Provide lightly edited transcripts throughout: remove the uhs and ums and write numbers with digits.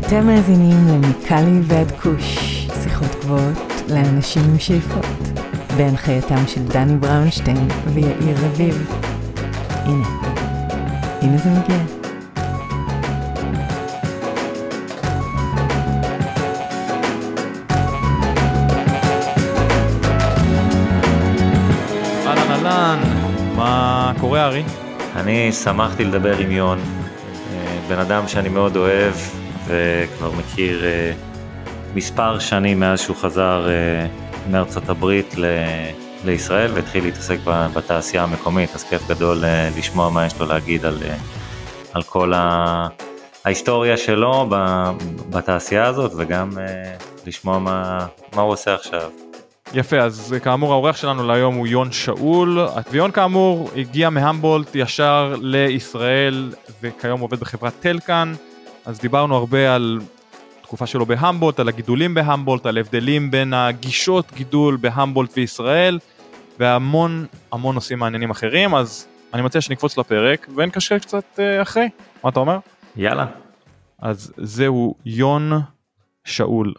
אתם מאזינים למיקלי ועד כוש, שיחות גבוהות לאנשים עם שאיפות, בהנחייתם של דני בראונשטיין ויאיר רביב. הנה זה מגיע. אהלן, מה קורה ארי? אני שמחתי לדבר עם יון, בן אדם שאני מאוד אוהב וכבר מכיר מספר שנים מאז שהוא חזר מארצות הברית לישראל והתחיל להתעסק בתעשייה המקומית, אז כיף גדול לשמוע מה יש לו להגיד על כל ההיסטוריה שלו בתעשייה הזאת וגם לשמוע מה הוא עושה עכשיו. יפה, אז כאמור האורח שלנו להיום הוא יון שאול, ויון כאמור הגיע מהמבולט ישר לישראל וכיום עובד בחברת טלקן, אז דיברנו הרבה על תקופה שלו בהמבולט, על הגידולים בהמבולט, על הבדלים בין הגישות גידול בהמבולט וישראל, והמון נושאים מעניינים אחרים, אז אני מציע שנקפוץ לפרק ונקשר קצת אחרי, מה אתה אומר? יאללה. אז זהו יון שאול.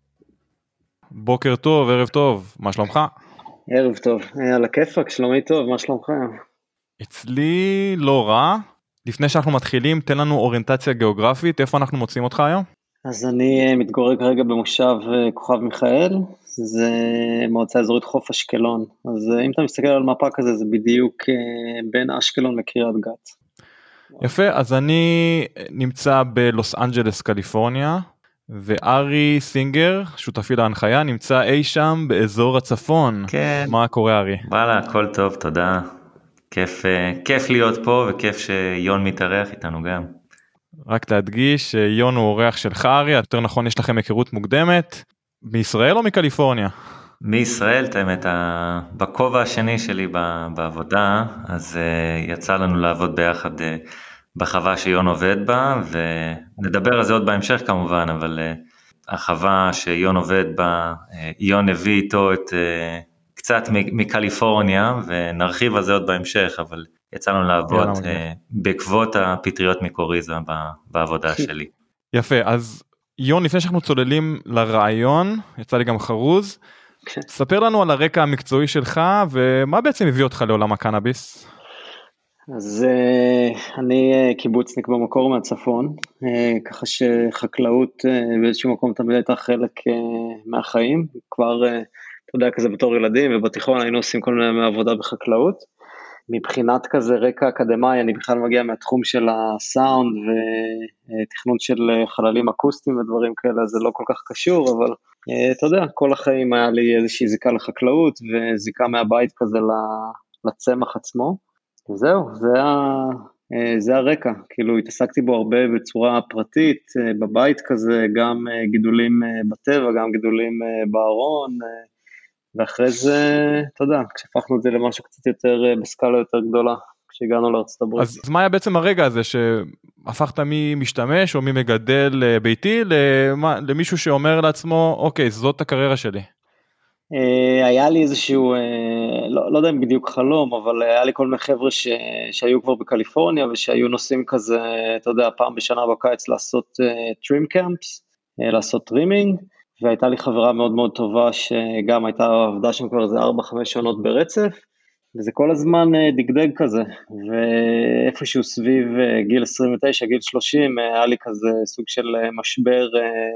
בוקר טוב, ערב טוב, מה שלומך? ערב טוב, על הכיפק, שלומי טוב, מה שלומך? אצלי לא רע. לפני שאנחנו מתחילים, תן לנו אוריינטציה גיאוגרפית, איפה אנחנו מוצאים אותך היום? אז אני מתגורר כרגע במושב כוכב מיכאל, זה מועצה אזורית חוף אשקלון, אז אם אתה מסתכל על מפה כזה, זה בדיוק בין אשקלון לקריית גת. יפה, אז אני נמצא בלוס אנג'לס, קליפורניה, וארי סינגר, שותפי להנחיה, נמצא אי שם באזור הצפון. כן. מה קורה ארי? וואלה, הכל טוב, תודה. כיף להיות פה וכיף שיון מתארח איתנו גם. רק להדגיש, יון הוא אורח שלך ארי, יותר נכון יש לכם היכרות מוקדמת, מישראל או מקליפורניה? מישראל, האמת, בכובע השני שלי בעבודה, אז יצא לנו לעבוד ביחד בחווה שיון עובד בה, ונדבר על זה עוד בהמשך כמובן, אבל החווה שיון עובד בה, יון הביא איתו קצת מקליפורניה, ונרחיב על זה עוד בהמשך, אבל יצא לנו לעבוד בעקבות הפטריות מקוריזה בעבודה שלי. יפה, אז יון, לפני שאנחנו צוללים לרעיון, יצא לי גם חרוז, ספר לנו על הרקע המקצועי שלך, ומה בעצם הביא אותך לעולם הקנאביס? אז אני קיבוצניק במקור מהצפון, ככה שחקלאות באיזשהו מקום תמיד הייתה חלק מהחיים, כבר, אתה יודע, כזה בתור ילדים, ובתיכון היינו עושים כל מיני עבודה בחקלאות. מבחינת כזה רקע אקדמי, אני בכלל מגיע מהתחום של הסאונד, ותכנון של חללים אקוסטיים ודברים כאלה, זה לא כל כך קשור, אבל אתה יודע, כל החיים היה לי איזושהי זיקה לחקלאות, וזיקה מהבית כזה לצמח עצמו. וזהו, זה הרקע, כאילו התעסקתי בו הרבה בצורה פרטית, בבית כזה, גם גידולים בטבע, גם גידולים בארון, ואחרי זה, אתה יודע, כשהפכנו את זה למשהו קצת יותר, בסקאלה יותר גדולה, כשהגענו לארצות הברית. אז מה היה בעצם הרגע הזה, שהפכת ממשתמש או ממגדל ביתי, למישהו שאומר לעצמו, אוקיי, זאת הקריירה שלי? היה לי איזשהו, לא יודע אם בדיוק חלום, אבל היה לי כל מיני חבר'ה שהיו כבר בקליפורניה, ושהיו נוסעים כזה, אתה יודע, פעם בשנה בקיץ לעשות טרים קמפס, לעשות טרימינג, והייתה לי חברה מאוד מאוד טובה, שגם הייתה עבודה שם כבר איזה 4-5 שנות ברצף, וזה כל הזמן דגדג כזה, ואיפשהו סביב גיל 29, גיל 30, היה לי כזה סוג של משבר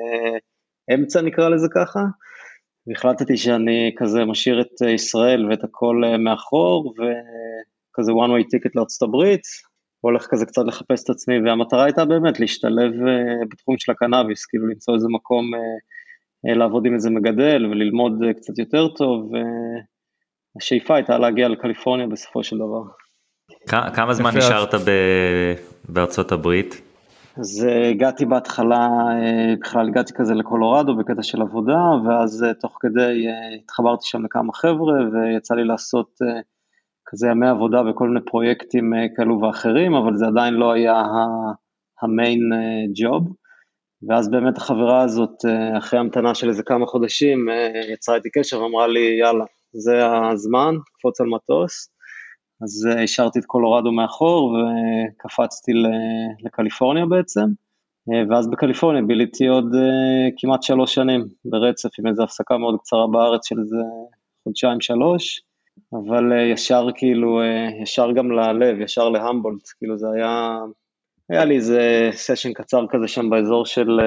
אמצע נקרא לזה ככה, והחלטתי שאני כזה משאיר את ישראל ואת הכל מאחור, וכזה one way ticket לארצות הברית, הולך כזה קצת לחפש את עצמי, והמטרה הייתה באמת להשתלב בתחום של הקנאביס, כאילו למצוא איזה מקום לעבוד עם איזה מגדל, וללמוד קצת יותר טוב, והשאיפה הייתה להגיע לקליפורניה בסופו של דבר. כמה זמן נשארת בארצות הברית? אז הגעתי בהתחלה, בכלל הגעתי כזה לקולורדו בקטע של עבודה, ואז תוך כדי התחברתי שם לכמה חבר'ה, ויצא לי לעשות כזה ימי עבודה בכל מיני פרויקטים כאלו ואחרים, אבל זה עדיין לא היה המיין ג'וב, ואז באמת החברה הזאת, אחרי המתנה של איזה כמה חודשים, יצרה איתי קשר ואמרה לי, יאללה, זה הזמן, קפוץ על מטוס, אז השארתי את קולורדו מאחור, וקפצתי לקליפורניה בעצם, ואז בקליפורניה ביליתי עוד כמעט 3 שנים ברצף, עם איזו הפסקה מאוד קצרה בארץ של איזה 2-3, אבל ישר כאילו, ישר גם ללב, ישר להמבולט, כאילו זה היה לי איזה סשן קצר כזה שם באזור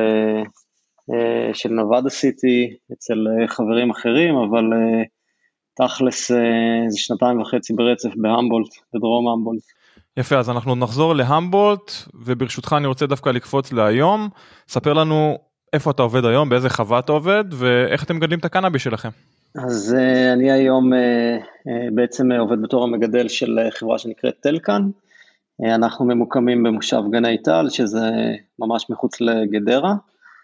של נבדה סיטי, אצל חברים אחרים, אבל תכלס זה 2.5 ברצף בהמבולט, בדרום המבולט. יפה, אז אנחנו נחזור להמבולט, וברשותך אני רוצה דווקא לקפוץ להיום. ספר לנו איפה אתה עובד היום, באיזה חווה אתה עובד, ואיך אתם מגדלים את הקנאביס שלכם. אז אני היום בעצם עובד בתור המגדל של חברה שנקראת טלקן. אנחנו ממוקמים במושב גני טל, שזה ממש מחוץ לגדרה.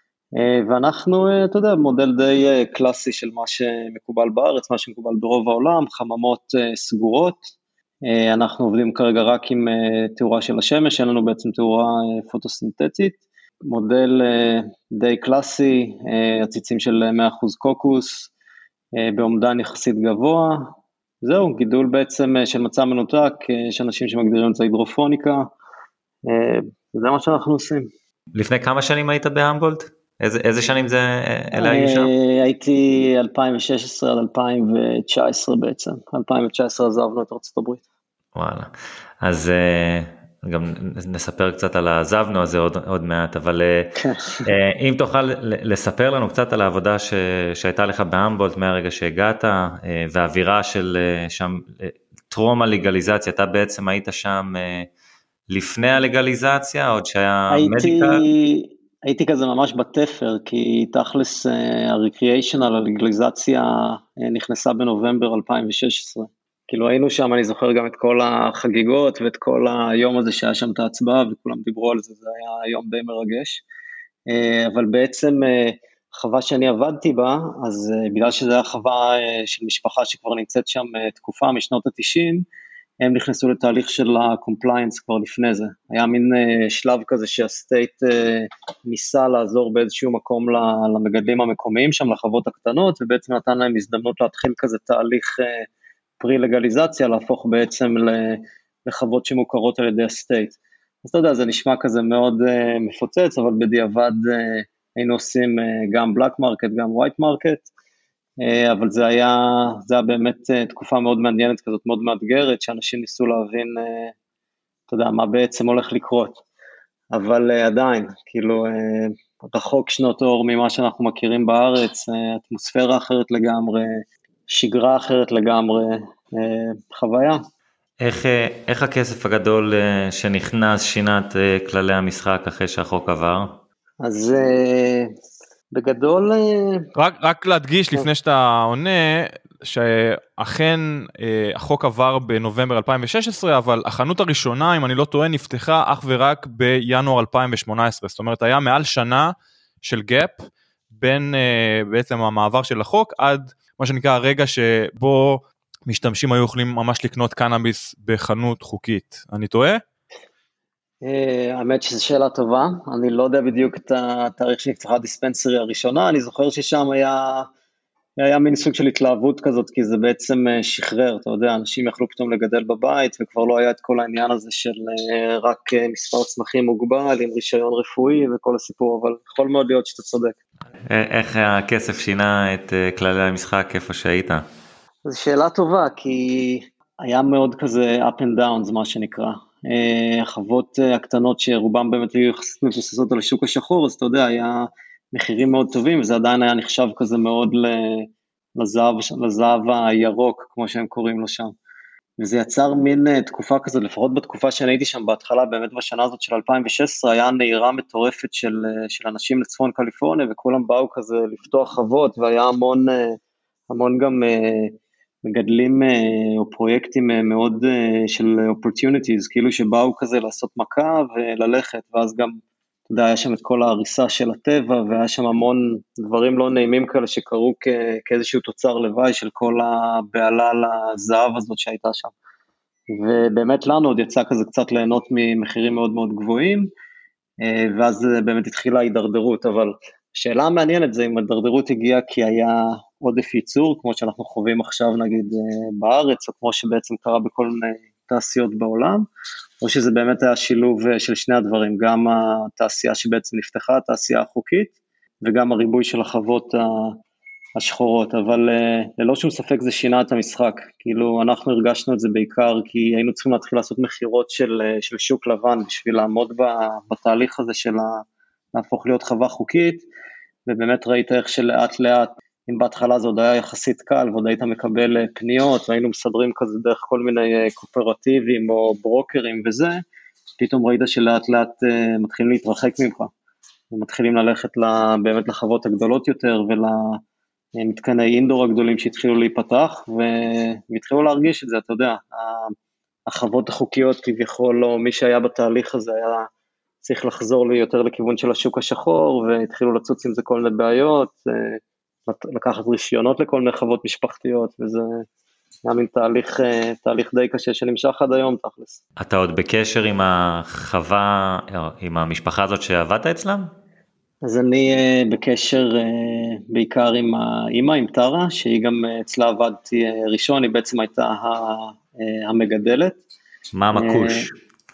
ואנחנו, אתה יודע, מודל די קלאסי של מה שמקובל בארץ, מה שמקובל ברוב העולם, חממות סגורות. אנחנו עובדים כרגע רק עם תאורה של השמש, אין לנו בעצם תאורה פוטוסינתטית, מודל די קלאסי, עציצים של 100% קוקוס, בעומדן יחסית גבוה, זהו, גידול בעצם של מצע מנותק, יש אנשים שמגדירים את זה הידרופוניקה, זה מה שאנחנו עושים. לפני כמה שנים היית בהמבולט? איזה שנים זה אלה היו שם? הייתי 2016 עד 2019 בעצם, 2019 עזבנו את ארצות הברית. וואלה, אז גם נספר קצת על העזבנו הזה עוד מעט, אבל אם תוכל לספר לנו קצת על העבודה שהייתה לך בהמבולט מהרגע שהגעת, והאווירה של שם, טרום הלגליזציה, אתה בעצם היית שם לפני הלגליזציה, עוד שהיה מדיקל? הייתי כזה ממש בתפר, כי תכלס הריקריאיישנל, הלגליזציה נכנסה בנובמבר 2016. כאילו היינו שם, אני זוכר גם את כל החגיגות ואת כל היום הזה שהיה שם את ההצבעה, וכולם דיברו על זה, זה היה יום די מרגש. אבל בעצם חווה שאני עבדתי בה, אז בגלל שזה היה חווה של משפחה שכבר נמצאת שם תקופה משנות ה-90, הם נכנסו לתהליך של ה-compliance כבר לפני זה. היה מין שלב כזה שהסטייט ניסה לעזור באיזשהו מקום למגדלים המקומיים שם, לחוות הקטנות, ובעצם נתן להם הזדמנות להתחיל כזה תהליך פרי-לגליזציה, להפוך בעצם לחוות שמוכרות על ידי הסטייט. אז אתה יודע, זה נשמע כזה מאוד מפוצץ, אבל בדיעבד היינו עושים גם בלק מרקט, גם ווייט מרקט, אבל זה היה באמת תקופה מאוד מעניינת כזאת, מאוד מאתגרת, שאנשים ניסו להבין, אתה יודע, מה בעצם הולך לקרות. אבל עדיין, כאילו, רחוק שנות אור ממה שאנחנו מכירים בארץ, אטמוספירה אחרת לגמרי, שגרה אחרת לגמרי, חוויה. איך הכסף הגדול שנכנס שינה את כללי המשחק אחרי שהחוק עבר? אז בגדול... רק להדגיש לפני שאתה עונה, שאכן החוק עבר בנובמבר 2016, אבל החנות הראשונה, אם אני לא טועה, נפתחה אך ורק בינואר 2018, זאת אומרת, היה מעל שנה של גאפ, בין בעצם המעבר של החוק, עד מה שנקרא הרגע שבו משתמשים היו יכולים ממש לקנות קנאביס בחנות חוקית. אני טועה? האמת שזו שאלה טובה, אני לא יודע בדיוק את התאריך שנפתחה הדיספנסרי הראשונה, אני זוכר ששם היה מין סוג של התלהבות כזאת, כי זה בעצם שחרר, אתה יודע, אנשים יכלו פתאום לגדל בבית, וכבר לא היה את כל העניין הזה של רק מספר צמחים מוגבל, עם רישיון רפואי וכל הסיפור, אבל יכול מאוד להיות שאתה צודק. איך הכסף שינה את כללי המשחק איפה שהיית? זו שאלה טובה, כי היה מאוד כזה up and downs, מה שנקרא. החוות הקטנות שרובם באמת היו מבוססות על השוק השחור, אז אתה יודע, היה מחירים מאוד טובים, וזה עדיין היה נחשב כזה מאוד לזהב הירוק, כמו שהם קוראים לו שם. וזה יצר מין תקופה כזאת, לפחות בתקופה שאני הייתי שם בהתחלה, באמת בשנה הזאת של 2016, היה נהירה מטורפת של אנשים לצפון קליפורניה, וכולם באו כזה לפתוח חוות, והיה המון גם מגדלים או פרויקטים מאוד של opportunities, כאילו שבאו כזה לעשות מכה וללכת, ואז גם, אתה יודע, היה שם את כל ההריסה של הטבע, והיה שם המון דברים לא נעימים כאלה שקרו כאיזשהו תוצר לוואי של כל הבעלה לזהב הזאת שהייתה שם. ובאמת לנו עוד יצא כזה קצת ליהנות ממחירים מאוד מאוד גבוהים, ואז באמת התחילה ההידרדרות, אבל השאלה המעניינת זה אם ההידרדרות הגיעה כי היה עודף ייצור, כמו שאנחנו חווים עכשיו נגיד בארץ, או כמו שבעצם קרה בכל מיני תעשיות בעולם, או שזה באמת היה שילוב של שני הדברים, גם התעשייה שבעצם נפתחה, התעשייה החוקית, וגם הריבוי של החוות השחורות, אבל ללא שום ספק זה שינה את המשחק, כאילו אנחנו הרגשנו את זה בעיקר, כי היינו צריכים להתחיל לעשות מחירות של שוק לבן, בשביל לעמוד בתהליך הזה של להפוך להיות חווה חוקית, ובאמת ראית איך שלאט לאט, אם בהתחלה זה עוד היה יחסית קל, ועוד היית מקבל פניות, והיינו מסדרים כזה דרך כל מיני קואופרטיבים או ברוקרים וזה, פתאום ראית שלאט לאט מתחילים להתרחק ממך, ומתחילים ללכת באמת לחוות הגדולות יותר, ולמתקני אינדור הגדולים שהתחילו להיפתח, והתחילו להרגיש את זה, אתה יודע, החוות החוקיות כביכול, או מי שהיה בתהליך הזה היה צריך לחזור לי יותר לכיוון של השוק השחור, והתחילו לצוץ עם זה כל מיני בעיות, לקחת רישיונות לכל מיני חוות משפחתיות, וזה גם עם תהליך די קשה שנמשך עד היום תכלס. אתה עוד בקשר עם החווה, עם המשפחה הזאת שעבדת אצלם? אז אני בקשר בעיקר עם האמא, עם טרה, שהיא גם אצלה עבדתי ראשון, היא בעצם הייתה המגדלת. מה מקוש?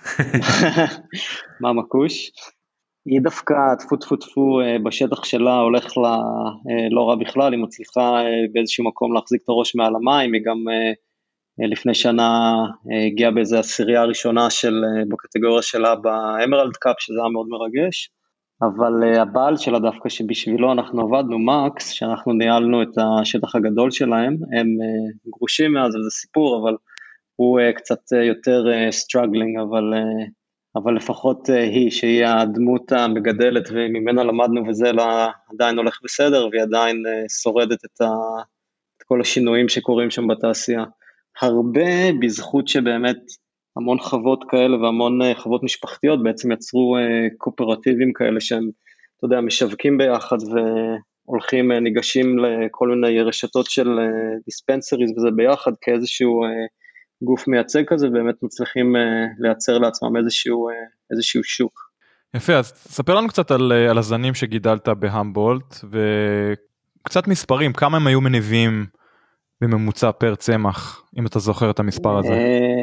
מה מקוש? היא דווקא טפו טפו טפו בשטח שלה הולך לה לא רע בכלל, היא מצליחה באיזשהו מקום להחזיק את הראש מעל המים, היא גם לפני שנה הגיעה באיזו עשירייה הראשונה בקטגוריה שלה באמרלד קאפ, שזה היה מאוד מרגש, אבל הבעל שלה דווקא שבשבילו אנחנו עבדנו, מקס, שאנחנו ניהלנו את השטח הגדול שלהם, הם גרושים מאז, זה סיפור, אבל הוא קצת יותר סטרגלינג, אבל לפחות היא, שהיא הדמות המגדלת, וממנה למדנו וזה עדיין הולך בסדר, והיא עדיין שורדת את כל השינויים שקורים שם בתעשייה. הרבה בזכות שבאמת המון חוות כאלה, והמון חוות משפחתיות בעצם יצרו קואופרטיבים כאלה, שהם, אתה יודע, משווקים ביחד, והולכים, ניגשים לכל מיני רשתות של דיספנסריז, וזה ביחד כאיזשהו גוף מייצג כזה, באמת מצליחים לייצר לעצמם איזשהו שוק. יפה, אז ספר לנו קצת על הזנים שגידלת בהמבולט, וקצת מספרים, כמה הם היו מניבים בממוצע פר צמח, אם אתה זוכר את המספר הזה.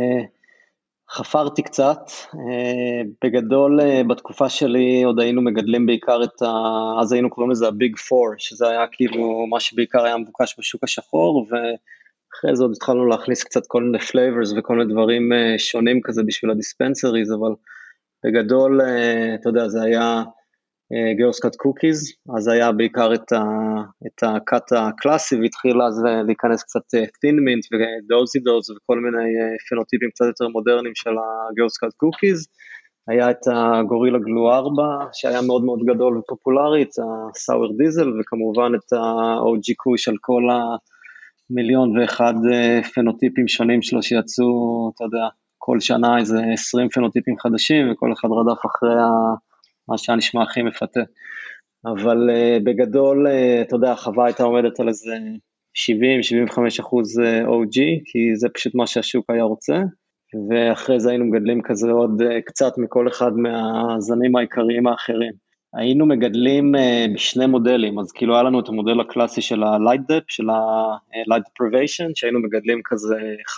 חפרתי קצת, בגדול בתקופה שלי עוד היינו מגדלים בעיקר אז היינו קוראים לזה הביג פור, שזה היה כאילו מה שבעיקר היה מבוקש בשוק השחור, אחרי זה עוד התחלנו להכניס קצת כל מיני flavors וכל מיני דברים שונים כזה בשביל הדיספנסריז, אבל בגדול, אתה יודע, זה היה גאוסקאט קוקיז, אז היה בעיקר את הקאט הקלאסי, והתחיל אז להיכנס קצת תינמינט ודוזידוז וכל מיני פנוטיפים קצת יותר מודרניים של הגאוסקאט קוקיז, היה את הגורילה גלו 4, שהיה מאוד מאוד גדול ופופולרי, את הסאוור דיזל, וכמובן את ה-OG קוי של כל מיליון ואחד פנוטיפים שונים שלו שיצאו, אתה יודע, כל שנה איזה 20 פנוטיפים חדשים, וכל אחד רדף אחרי מה שנשמע הכי מפתה. אבל בגדול, אתה יודע, החווה הייתה עומדת על איזה 70-75% OG, כי זה פשוט מה שהשוק היה רוצה, ואחרי זה היינו מגדלים כזה עוד קצת מכל אחד מהזנים העיקריים האחרים. היינו מגדלים בשני מודלים, אז כאילו היה לנו את המודל הקלאסי של ה-Light Dep, של ה-Light Deprivation, שהיינו מגדלים כזה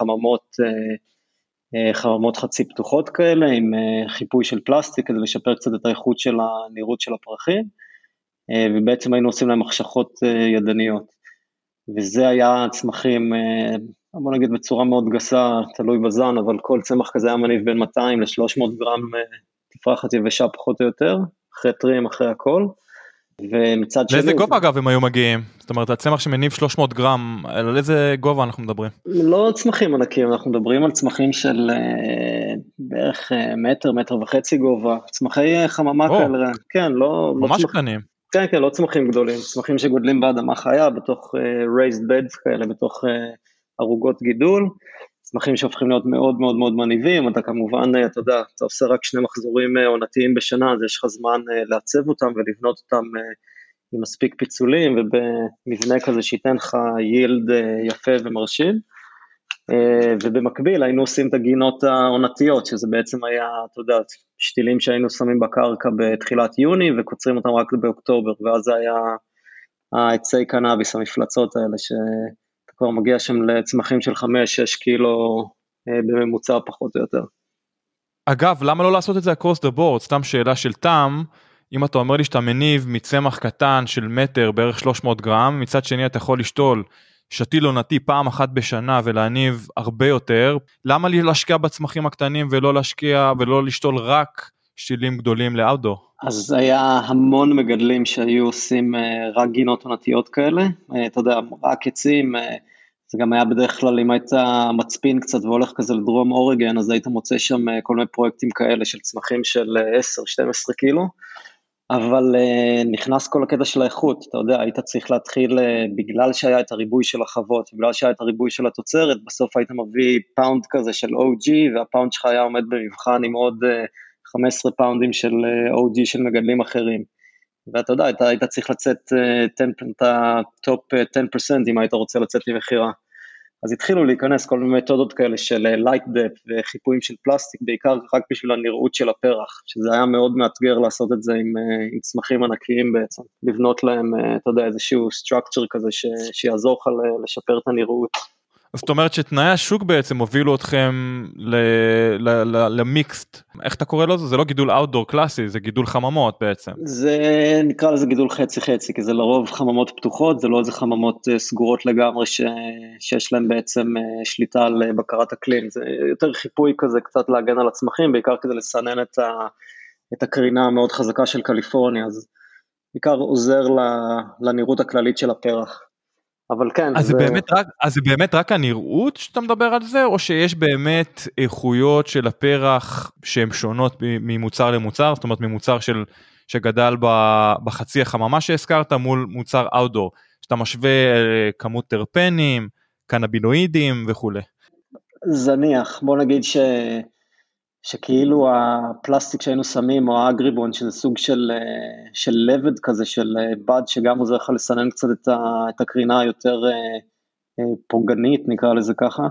חממות חצי פתוחות כאלה, עם חיפוי של פלסטיק, כדי לשפר קצת את האיכות של הנראות של הפרחים, ובעצם היינו עושים להם החשכות ידניות, וזה היה צמחים, בוא נגיד בצורה מאוד גסה, תלוי בזן, אבל כל צמח כזה היה מניב בין 200 ל-300 גרם תפרחת יבשה פחות או יותר, אחרי טרים, אחרי הכל, ומצד שני... לאיזה גובה אגב הם היו מגיעים? זאת אומרת, הצמח שמניב 300 גרם, על איזה גובה אנחנו מדברים? לא צמחים ענקים, אנחנו מדברים על צמחים של בערך מטר וחצי גובה, צמחי חממה כאלה, כן, לא... ממש קטנים. כן, כן, לא צמחים גדולים, צמחים שגודלים באדמה חיה, בתוך raised beds כאלה, בתוך ערוגות גידול, צמחים שהופכים להיות מאוד מאוד מאוד מניבים, אתה כמובן, אתה יודע, אתה עושה רק 2 מחזורים עונתיים בשנה, אז יש לך זמן לעצב אותם ולבנות אותם עם מספיק פיצולים, ובמבנה כזה שייתן לך יילד יפה ומרשים, ובמקביל היינו עושים את הגינות העונתיות, שזה בעצם היה, אתה יודע, שתילים שהיינו שמים בקרקע בתחילת יוני, וקוצרים אותם רק באוקטובר, ואז זה היה העצי קנאביס, המפלצות האלה, כבר מגיע שם לצמחים של 5-6 קילו בממוצע פחות או יותר. אגב, למה לא לעשות את זה across the board? סתם שאלה של טעם, אם אתה אומר לי שאתה מניב מצמח קטן של מטר בערך 300 גרם, מצד שני אתה יכול לשתול שתיל עונתי פעם אחת בשנה ולהניב הרבה יותר, למה לי להשקיע בצמחים הקטנים ולא לשתול רק שתילים גדולים לאוטדור? אז היה המון מגדלים שהיו עושים רק גינות עונתיות כאלה, אתה יודע, רק עצים, זה גם היה בדרך כלל אם היית מצפין קצת והולך כזה לדרום אורגן, אז היית מוצא שם כל מיני פרויקטים כאלה של צמחים של 10-12 קילו, אבל נכנס כל הקטע של האיכות, אתה יודע, היית צריך להתחיל, בגלל שהיה את הריבוי של החוות, בגלל שהיה את הריבוי של התוצרת, בסוף היית מביא פאונד כזה של OG, והפאונד שלך היה עומד במבחן עם עוד 15 פאונדים של OG של מגדלים אחרים. ואתה יודע, היית צריך לצאת את הטופ 10% אם היית רוצה לצאת למחירה. אז התחילו להיכנס כל מיני מתודות כאלה של light depth וחיפויים של פלסטיק, בעיקר רק בשביל הנראות של הפרח, שזה היה מאוד מאתגר לעשות את זה עם צמחים ענקיים בעצם, לבנות להם, אתה יודע, איזשהו structure כזה שיעזור לך לשפר את הנראות. אז זאת אומרת שתנאי השוק בעצם הובילו אתכם למיקסט, איך אתה קורא לו? זה לא גידול אאוטדור קלאסי, זה גידול חממות בעצם. זה נקרא לזה גידול חצי-חצי, כי זה לרוב חממות פתוחות, זה לא איזה חממות סגורות לגמרי שיש להם בעצם שליטה על בקרת אקלים, זה יותר חיפוי כזה קצת להגן על הצמחים, בעיקר כדי לסנן את הקרינה המאוד חזקה של קליפורניה, אז בעיקר עוזר לנראות הכללית של הפרח. אבל כן. אז זה באמת רק הנראות שאתה מדבר על זה, או שיש באמת איכויות של הפרח שהן שונות ממוצר למוצר, זאת אומרת ממוצר שגדל בחצי החממה שהזכרת מול מוצר אאוטדור, שאתה משווה כמות טרפנים, קנבינואידים וכו'. זניח, בוא נגיד שכאילו הפלסטיק שהיינו שמים, או האגריבון, שזה סוג של לבד כזה, של בד, שגם עוזר לך לסנן קצת את הקרינה היותר פוגענית, נקרא לזה ככה,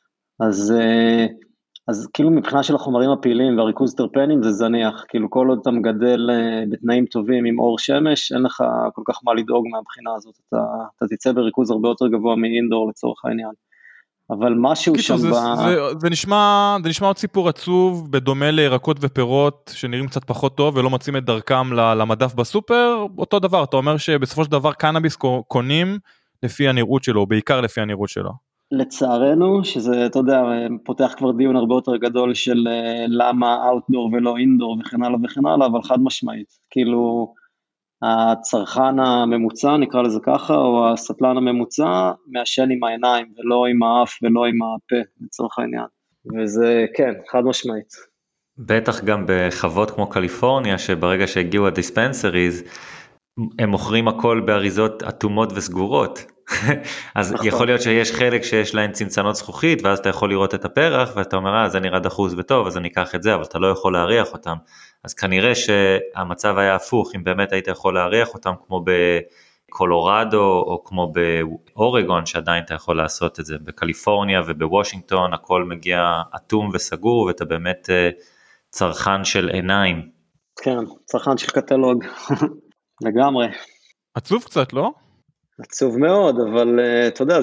אז כאילו מבחינה של החומרים הפעילים והריכוז טרפנים זה זניח, כאילו כל עוד אתה מגדל בתנאים טובים עם אור שמש, אין לך כל כך מה לדאוג מהבחינה הזאת, אתה תצא בריכוז הרבה יותר גבוה מאינדור לצורך העניין. אבל משהו שם זה נשמע עוד סיפור עצוב, בדומה לירקות ופירות שנראים קצת פחות טוב ולא מוצאים את דרכם למדף בסופר, אותו דבר, אתה אומר שבסופו של דבר קנאביס קונים לפי הנראות שלו, בעיקר לפי הנראות שלו. לצערנו, שזה, אתה יודע, פותח כבר דיון הרבה יותר גדול של למה אאוטדור ולא אינדור וכן הלאה וכן הלאה, אבל חד משמעית, כאילו הצרכן הממוצע, נקרא לזה ככה, או הסטלן הממוצע, מעשן עם העיניים, ולא עם האף ולא עם הפה, לצורך העניין. וזה, כן, חד משמעית. בטח גם בחוות כמו קליפורניה, שברגע שהגיעו הדיספנסריז, הם מוכרים הכל באריזות אטומות וסגורות. אז יכול להיות שיש חלק שיש להן צנצנות זכוכית, ואז אתה יכול לראות את הפרח, ואתה אומר, זה נראה דחוס וטוב, אז אני אקח את זה, אבל אתה לא יכול להריח אותם. אז כנראה שהמצב היה הפוך, אם באמת היית יכול להריח אותם, כמו בקולורדו, או כמו באורגון, שעדיין אתה יכול לעשות את זה. בקליפורניה ובוושינגטון, הכל מגיע אטום וסגור, ואתה באמת צרכן של עיניים. כן, צרכן של קטלוג, לגמרי. עצוב קצת, לא? עצוב מאוד, אבל אתה יודע,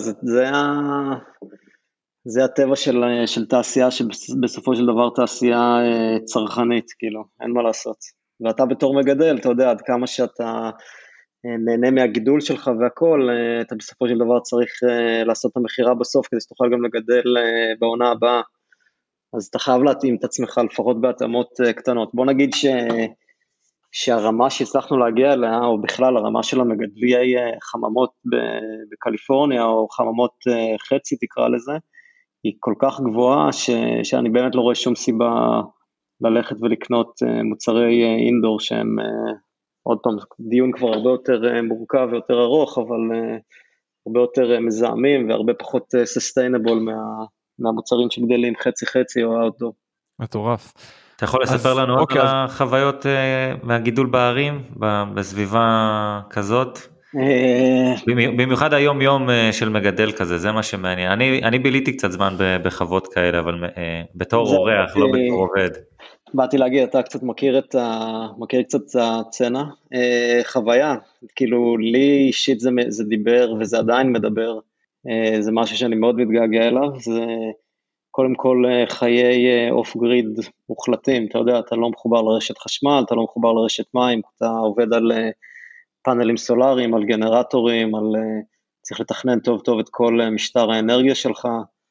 זה הטבע של תעשייה, שבסופו של דבר תעשייה צרכנית, כאילו, אין מה לעשות. ואתה בתור מגדל, אתה יודע, עד כמה שאתה נהנה מהגידול שלך והכל, אתה בסופו של דבר צריך לעשות את המחירה בסוף, כדי שתוכל גם לגדל בעונה הבאה. אז אתה חייב להתאים את עצמך, לפחות בהתאמות קטנות. בוא נגיד שהרמה שהצלחנו להגיע אליה, או בכלל הרמה של המגדלי חממות בקליפורניה, או חממות חצי תקרא לזה, היא כל כך גבוהה, שאני באמת לא רואה שום סיבה ללכת ולקנות מוצרי אינדור, שהם עוד פעם דיון כבר הרבה יותר מורכב ויותר ארוך, אבל הרבה יותר מזהמים, והרבה פחות sustainable מהמוצרים שגדלים חצי-חצי או אאוטדור. מטורף. אתה יכול לספר לנו עוד על החוויות מהגידול בערים, בסביבה כזאת? במיוחד היום יום של מגדל כזה, זה מה שמעניין. אני ביליתי קצת זמן בחוות כאלה, אבל בתור אורח, לא בתור עובד. באתי להגיד, אתה קצת מכיר קצת את הצצנה, חוויה, כאילו לי אישית זה דיבר, וזה עדיין מדבר, זה משהו שאני מאוד מתגעגע אליו, קודם כל חיי אוף גריד מוחלטים, אתה יודע, אתה לא מחובר לרשת חשמל, אתה לא מחובר לרשת מים, אתה עובד על פאנלים סולאריים, על גנרטורים, צריך לתכנן טוב טוב את כל משטר האנרגיה שלך,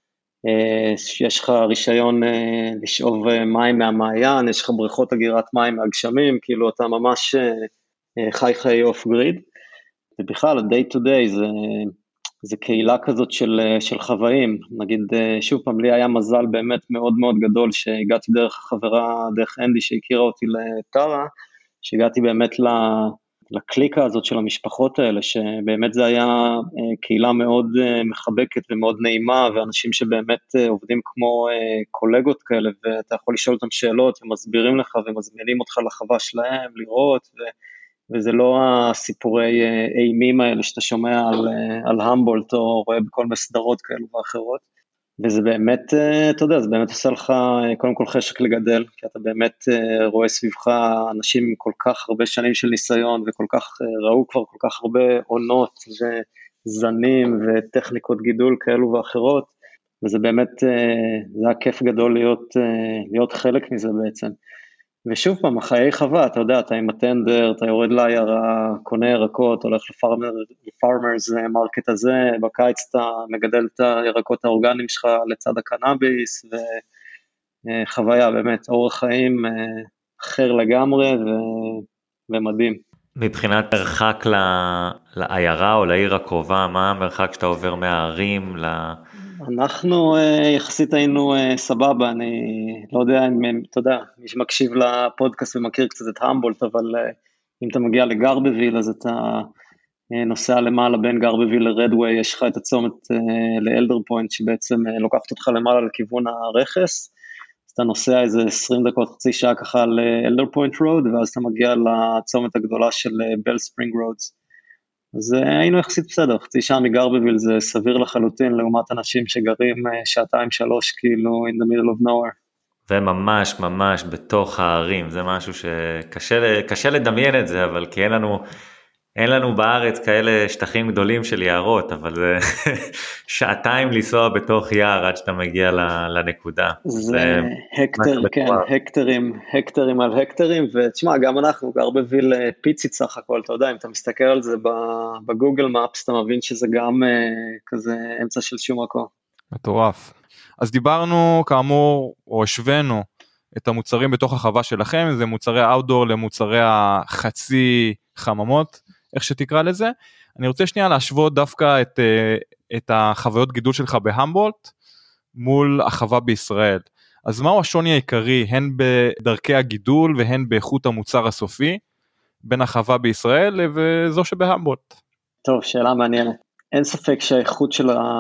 יש לך רישיון לשאוב מים מהמעיין, יש לך בריכות אגירת מים מהגשמים, כאילו אתה ממש חי חיי אוף גריד, ובכלל, ה-day to day זה קהילה כזאת של חוואים, נגיד, שוב פעם, לי היה מזל באמת מאוד מאוד גדול, שהגעתי דרך החברה, דרך אנדי שהכירה אותי לטרה, שהגעתי באמת לקליקה הזאת של המשפחות האלה, שבאמת זה היה קהילה מאוד מחבקת ומאוד נעימה, ואנשים שבאמת עובדים כמו קולגות כאלה, ואתה יכול לשאול אותם שאלות, ומסבירים לך ומזמינים אותך לחווה שלהם, לראות, וזה לא הסיפורי אימים האלה שאתה שומע על המבולט, או רואה בכל מסדרות כאלו ואחרות, וזה באמת, אתה יודע, זה באמת עושה לך קודם כל חשק לגדל, כי אתה באמת רואה סביבך אנשים עם כל כך הרבה שנים של ניסיון, וכל כך ראו כבר כל כך הרבה עונות וזנים וטכניקות גידול כאלו ואחרות, וזה באמת, זה היה כיף גדול להיות חלק מזה בעצם. ושוב פעם, החיי חווה, אתה יודע, אתה עם הטנדר, אתה יורד לעיירה, קונה ירקות, הולך לפארמרס מרקט הזה, בקיץ אתה מגדל את הירקות האורגניים שלך לצד הקנאביס, וחוויה באמת, אורח חיים אחר לגמרי ומדהים. מבחינת מרחק לעיירה או לעיר הקרובה, מה המרחק שאתה עובר מהערים אנחנו יחסית היינו סבבה, אני לא יודע אם, אתה יודע, מי שמקשיב לפודקאסט ומכיר קצת את המבולט, אבל אם אתה מגיע לגרבוויל, אז אתה נוסע למעלה בין גרבוויל לרדווי, יש לך את הצומת לאלדר פוינט, שבעצם לוקחת אותך למעלה לכיוון הרכס, אז אתה נוסע איזה 20 דקות, חצי שעה ככה לאלדר פוינט רוד, ואז אתה מגיע לצומת הגדולה של בל ספרינג רודס, אז היינו יחסית בסדר, חצי שעה מגרבוויל זה סביר לחלוטין, לעומת אנשים שגרים 2-3 כאילו in the middle of nowhere. וממש ממש בתוך הערים, זה משהו שקשה לדמיין את זה, אבל כי אין לנו בארץ כאלה שטחים גדולים של יערות, אבל זה שעתיים לנסוע בתוך יער עד שאתה מגיע לנקודה. זה הקטר, כן, הקטרים על הקטרים, ותשמע, גם אנחנו גרבוויל פיצית סך הכל, אתה יודע, אם אתה מסתכל על זה בגוגל מפס, אתה מבין שזה גם כזה אמצע של שום מקום. מטורף. אז דיברנו כאמור, או השווינו את המוצרים בתוך החווה שלכם, זה מוצרי האוטדור למוצרי החצי חממות, איך שתקרא לזה. אני רוצה שנייה להשוות דווקא את החוויות גידול שלך בהמבולט, מול החווה בישראל. אז מהו השוני העיקרי, הן בדרכי הגידול, והן באיכות המוצר הסופי, בין החווה בישראל וזו שבהמבולט? טוב, שאלה מעניינת. אין ספק שהאיכות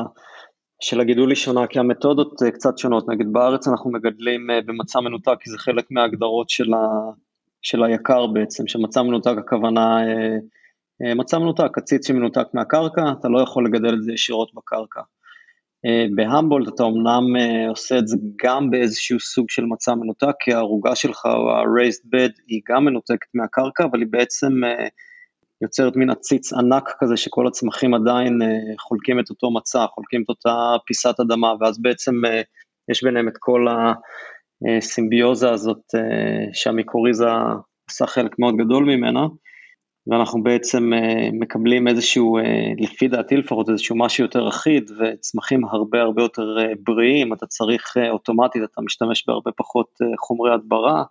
של הגידול היא שונה, כי המתודות קצת שונות. נגיד בארץ אנחנו מגדלים במצע מנותק, כי זה חלק מההגדרות של היקר בעצם, שמצע מנותק הכוונה, מצע מנותק, הציץ שמנותק מהקרקע, אתה לא יכול לגדל את זה ישירות בקרקע. בהמבולט אתה אומנם עושה את זה גם באיזשהו סוג של מצע מנותק, כי הערוגה שלך או ה-raised bed היא גם מנותקת מהקרקע, אבל היא בעצם יוצרת מין הציץ ענק כזה, שכל הצמחים עדיין חולקים את אותו מצע, חולקים את אותה פיסת אדמה, ואז בעצם יש ביניהם את כל הסימביוזה הזאת, שהמיקוריזה עושה חלק מאוד גדול ממנה, ואנחנו בעצם מקבלים איזשהו, לפי דעתי לפחות, איזשהו משהו יותר אחיד, וצמחים הרבה הרבה יותר בריאים, אתה צריך אוטומטית, אתה משתמש בהרבה פחות חומרי הדברה,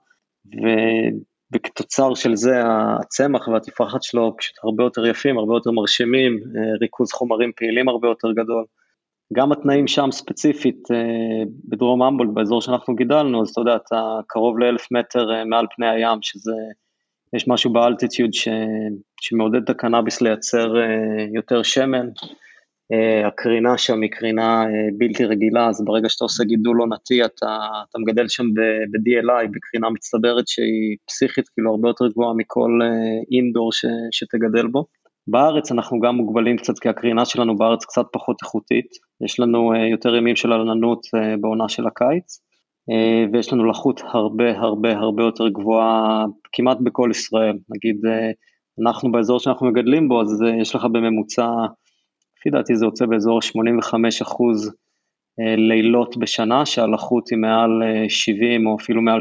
וכתוצר של זה הצמח והתפרחת שלו פשוט הרבה יותר יפים, הרבה יותר מרשימים, ריכוז חומרים פעילים הרבה יותר גדול. גם התנאים שם ספציפית, בדרום המבולט, באזור שאנחנו גידלנו, אז אתה יודע, אתה קרוב ל1,000 מטר מעל פני הים, שזה, יש משהו באלטיטיוד שמעודד את הקנאביס לייצר יותר שמן, הקרינה שם היא קרינה בלתי רגילה, אז ברגע שאתה עושה גידול עונתי, אתה מגדל שם ב-DLI, בקרינה מצטברת שהיא פסיכית, כאילו הרבה יותר גבוהה מכל אינדור שתגדל בו. בארץ אנחנו גם מוגבלים קצת, כי הקרינה שלנו בארץ קצת פחות איכותית, יש לנו יותר ימים של עננות בעונה של הקיץ, ויש לנו לחות הרבה הרבה הרבה יותר גבוהה, כמעט בכל ישראל, נגיד אנחנו באזור שאנחנו מגדלים בו, אז יש לך בממוצע, לפי דעתי זה יוצא באזור 85% לילות בשנה, שהלחות היא מעל 70 או אפילו מעל 80%.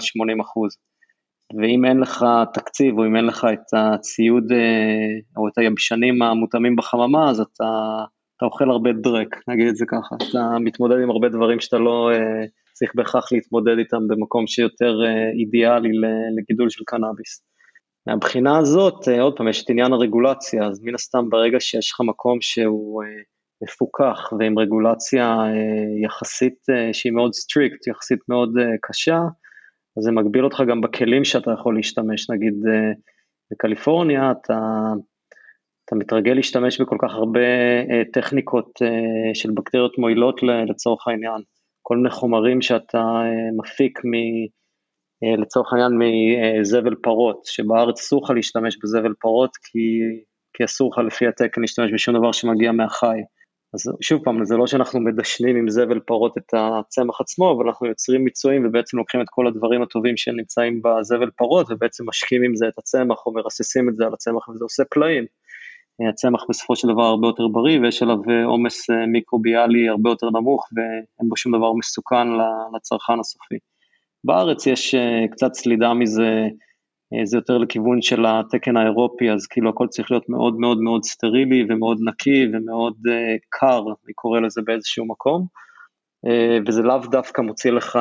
ואם אין לך תקציב, או אם אין לך את הציוד, או את היבשנים המותאמים בחממה, אז אתה אוכל הרבה דרק, נגיד את זה ככה. אתה מתמודד עם הרבה דברים שאתה לא צריך בהכרח להתמודד איתם, במקום שיותר אידיאלי לגידול של קנאביס. מהבחינה הזאת, עוד פעם, יש את עניין הרגולציה, אז מן הסתם ברגע שיש לך מקום שהוא מפוקח, ועם רגולציה יחסית, שהיא מאוד סטריקט, יחסית מאוד קשה, אז זה מגביל אותך גם בכלים שאתה יכול להשתמש, נגיד בקליפורניה, אתה מתרגל להשתמש בכל כך הרבה טכניקות של בקטריות מועילות לצורך העניין, כל מיני חומרים שאתה מפיק לצורך העניין מזבל פרות, שבארץ אסור לך להשתמש בזבל פרות, כי אסור לך לפי התקן להשתמש בשום דבר שמגיע מהחי. אז שוב פעם, זה לא שאנחנו מדשנים עם זבל פרות את הצמח עצמו, אבל אנחנו יוצרים מיצויים ובעצם לוקחים את כל הדברים הטובים שנמצאים בזבל פרות, ובעצם משקים עם זה את הצמח או מרססים את זה על הצמח, וזה עושה פלאים. הצמח בסופו של דבר הרבה יותר בריא, ויש עליו עומס מיקרוביאלי הרבה יותר נמוך, ואין בו שום דבר מסוכן לצרכן הסופי. בארץ יש קצת סלידה מזה, זה יותר לכיוון של התקן האירופי, אז כאילו הכל צריך להיות מאוד מאוד מאוד סטרילי ומאוד נקי ומאוד קר, אני קורא לזה באיזשהו מקום, וזה לאו דווקא מוציא לך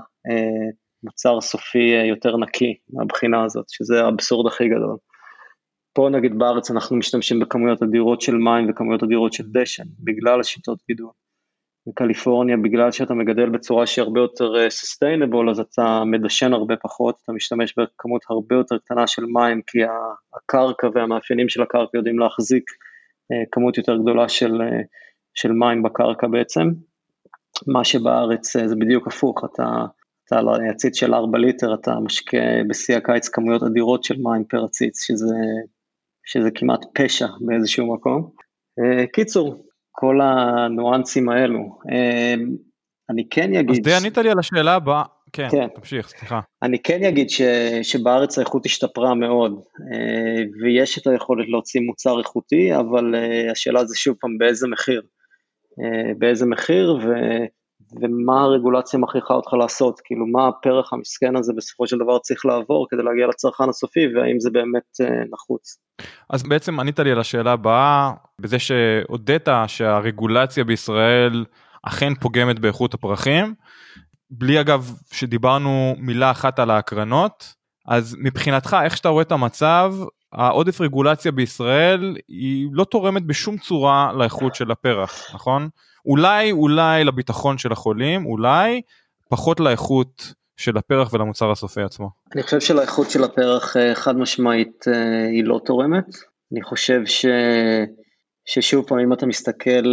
מוצר סופי יותר נקי מהבחינה הזאת, שזה האבסורד הכי גדול. פה נגיד בארץ אנחנו משתמשים בכמויות אדירות של מים וכמויות אדירות של דשן, בגלל השיטות גידול. בקליפורניה, בגלל שאתה מגדל בצורה שהיא הרבה יותר sustainable, אז אתה מדשן הרבה פחות, אתה משתמש בכמות הרבה יותר קטנה של מים, כי הקרקע והמאפיינים של הקרקע יודעים להחזיק כמות יותר גדולה של מים בקרקע בעצם, מה שבארץ זה בדיוק הפוך, אתה על הציץ של 4 ליטר, אתה משקה בשיא הקיץ כמויות אדירות של מים פר הציץ, שזה כמעט פשע באיזשהו מקום. קיצור, כל הנואנסים האלו. אני כן יגיד... אז די ענית לי על השאלה הבאה. כן, תמשיך, סליחה. אני כן אגיד שבארץ האיכות השתפרה מאוד, ויש את היכולת להוציא מוצר איכותי, אבל השאלה זה שוב פעם באיזה מחיר. באיזה מחיר ומה הרגולציה מכריחה אותך לעשות, כאילו מה הפרח המסכן הזה בסופו של דבר צריך לעבור כדי להגיע לצרכן הסופי, והאם זה באמת נחוץ. אז בעצם ענית לי על השאלה הבאה, בזה שהודעת שהרגולציה בישראל אכן פוגמת באיכות הפרחים, בלי אגב שדיברנו מילה אחת על ההקרנות, אז מבחינתך איך שאתה רואה את המצב, העודף רגולציה בישראל היא לא תורמת בשום צורה לאיכות של הפרח, נכון? אולי לביטחון של החולים, אולי פחות לאיכות של הפרח ולמוצר הסופי עצמו. אני חושב שלאיכות של הפרח חד משמעית היא לא תורמת. אני חושב ששוב פעם אם אתה מסתכל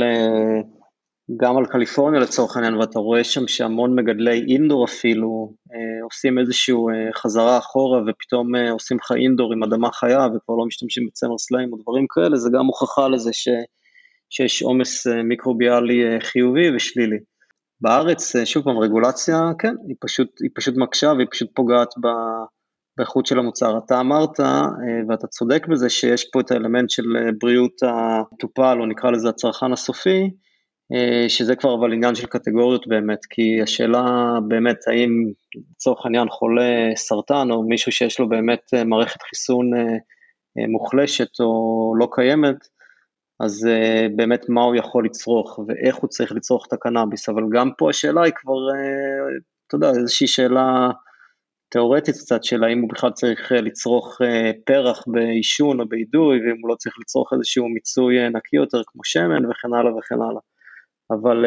גם על קליפורניה לצורך העניין, ואתה רואה שם שהמון מגדלי אינדור אפילו עושים איזשהו חזרה אחורה, ופתאום עושים לך אינדור עם אדמה חיה, וכבר לא משתמשים בצמר סלעים או דברים כאלה, זה גם הוכחה לזה שיש עומס מיקרוביאלי חיובי ושלילי. בארץ, שוב פעם, רגולציה, כן, היא פשוט מקשה, והיא פשוט פוגעת באיכות של המוצר. אתה אמרת, ואתה צודק בזה, שיש פה את האלמנט של בריאות הטופל, או נקרא לזה הצרכן הסופי, שזה כבר אבל עניין של קטגוריות באמת, כי השאלה באמת, האם לצורך העניין חולה סרטן, או מישהו שיש לו באמת מערכת חיסון מוחלשת, או לא קיימת, אז באמת מה הוא יכול לצרוך, ואיך הוא צריך לצרוך את הקנאביס, אבל גם פה השאלה היא כבר, אתה יודע, איזושהי שאלה תיאורטית קצת, של האם הוא בכלל צריך לצרוך פרח באישון או באידוי, ואם הוא לא צריך לצרוך איזשהו מיצוי נקי יותר כמו שמן וכן הלאה וכן הלאה. אבל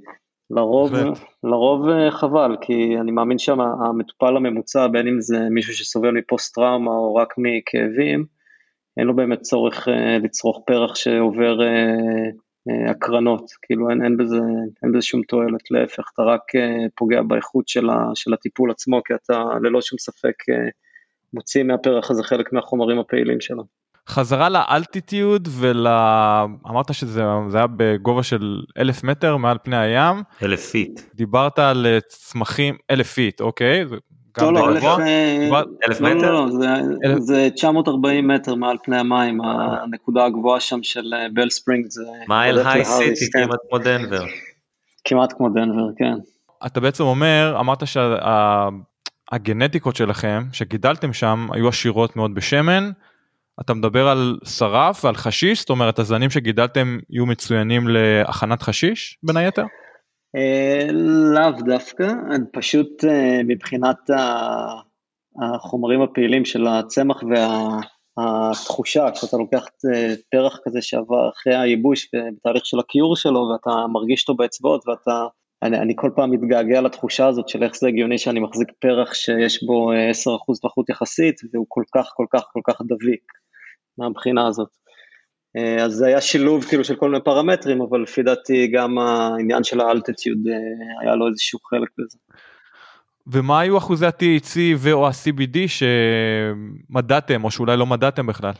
לרוב חבל, כי אני מאמין שהמטופל הממוצע, בין אם זה מישהו שסובל מפוסט טראומה או רק מכאבים, אין לו באמת צורך לצרוך פרח שעובר הקרנות, כאילו אין בזה שום תועלת, להפך, אתה רק פוגע באיכות של הטיפול עצמו, כי אתה ללא שום ספק מוציא מהפרח הזה חלק מהחומרים הפעילים שלו. חזרה לאלטיטיוד, אמרת שזה היה בגובה של 1,000 מטר מעל פני הים. 1,000 פיט. דיברת על צמחים, 1,000 פיט, אוקיי? לא, 1,000 מטר? לא, זה 940 מטר מעל פני המים, הנקודה הגבוהה שם של בל ספרינג זה... מייל היי סיטי כמעט כמו דנבר. כמעט כמו דנבר, כן. אתה בעצם אמרת שהגנטיקות שלכם, שגידלתם שם, היו עשירות מאוד בשמן, אתה מדבר על שרף ועל חשיש, זאת אומרת, הזנים שגידלתם יהיו מצוינים להכנת חשיש, בין היתר? לאו דווקא, פשוט מבחינת החומרים הפעילים של הצמח והתחושה, כשאתה לוקח פרח כזה שעבר אחרי הייבוש בתהליך של הקיור שלו, ואתה מרגיש אותו באצבעות, אני כל פעם מתגעגע לתחושה הזאת של איך זה הגיוני שאני מחזיק פרח שיש בו 10% לחות יחסית, והוא כל כך דביק מהבחינה הזאת. אז זה היה שילוב כאילו של כל מיני פרמטרים, אבל לפי דעתי גם העניין של האלטיטיוד היה לו איזשהו חלק בזה. ומה היו אחוזי ה-THC ו/או ה-CBD שמדדתם, או שאולי לא מדדתם בכלל?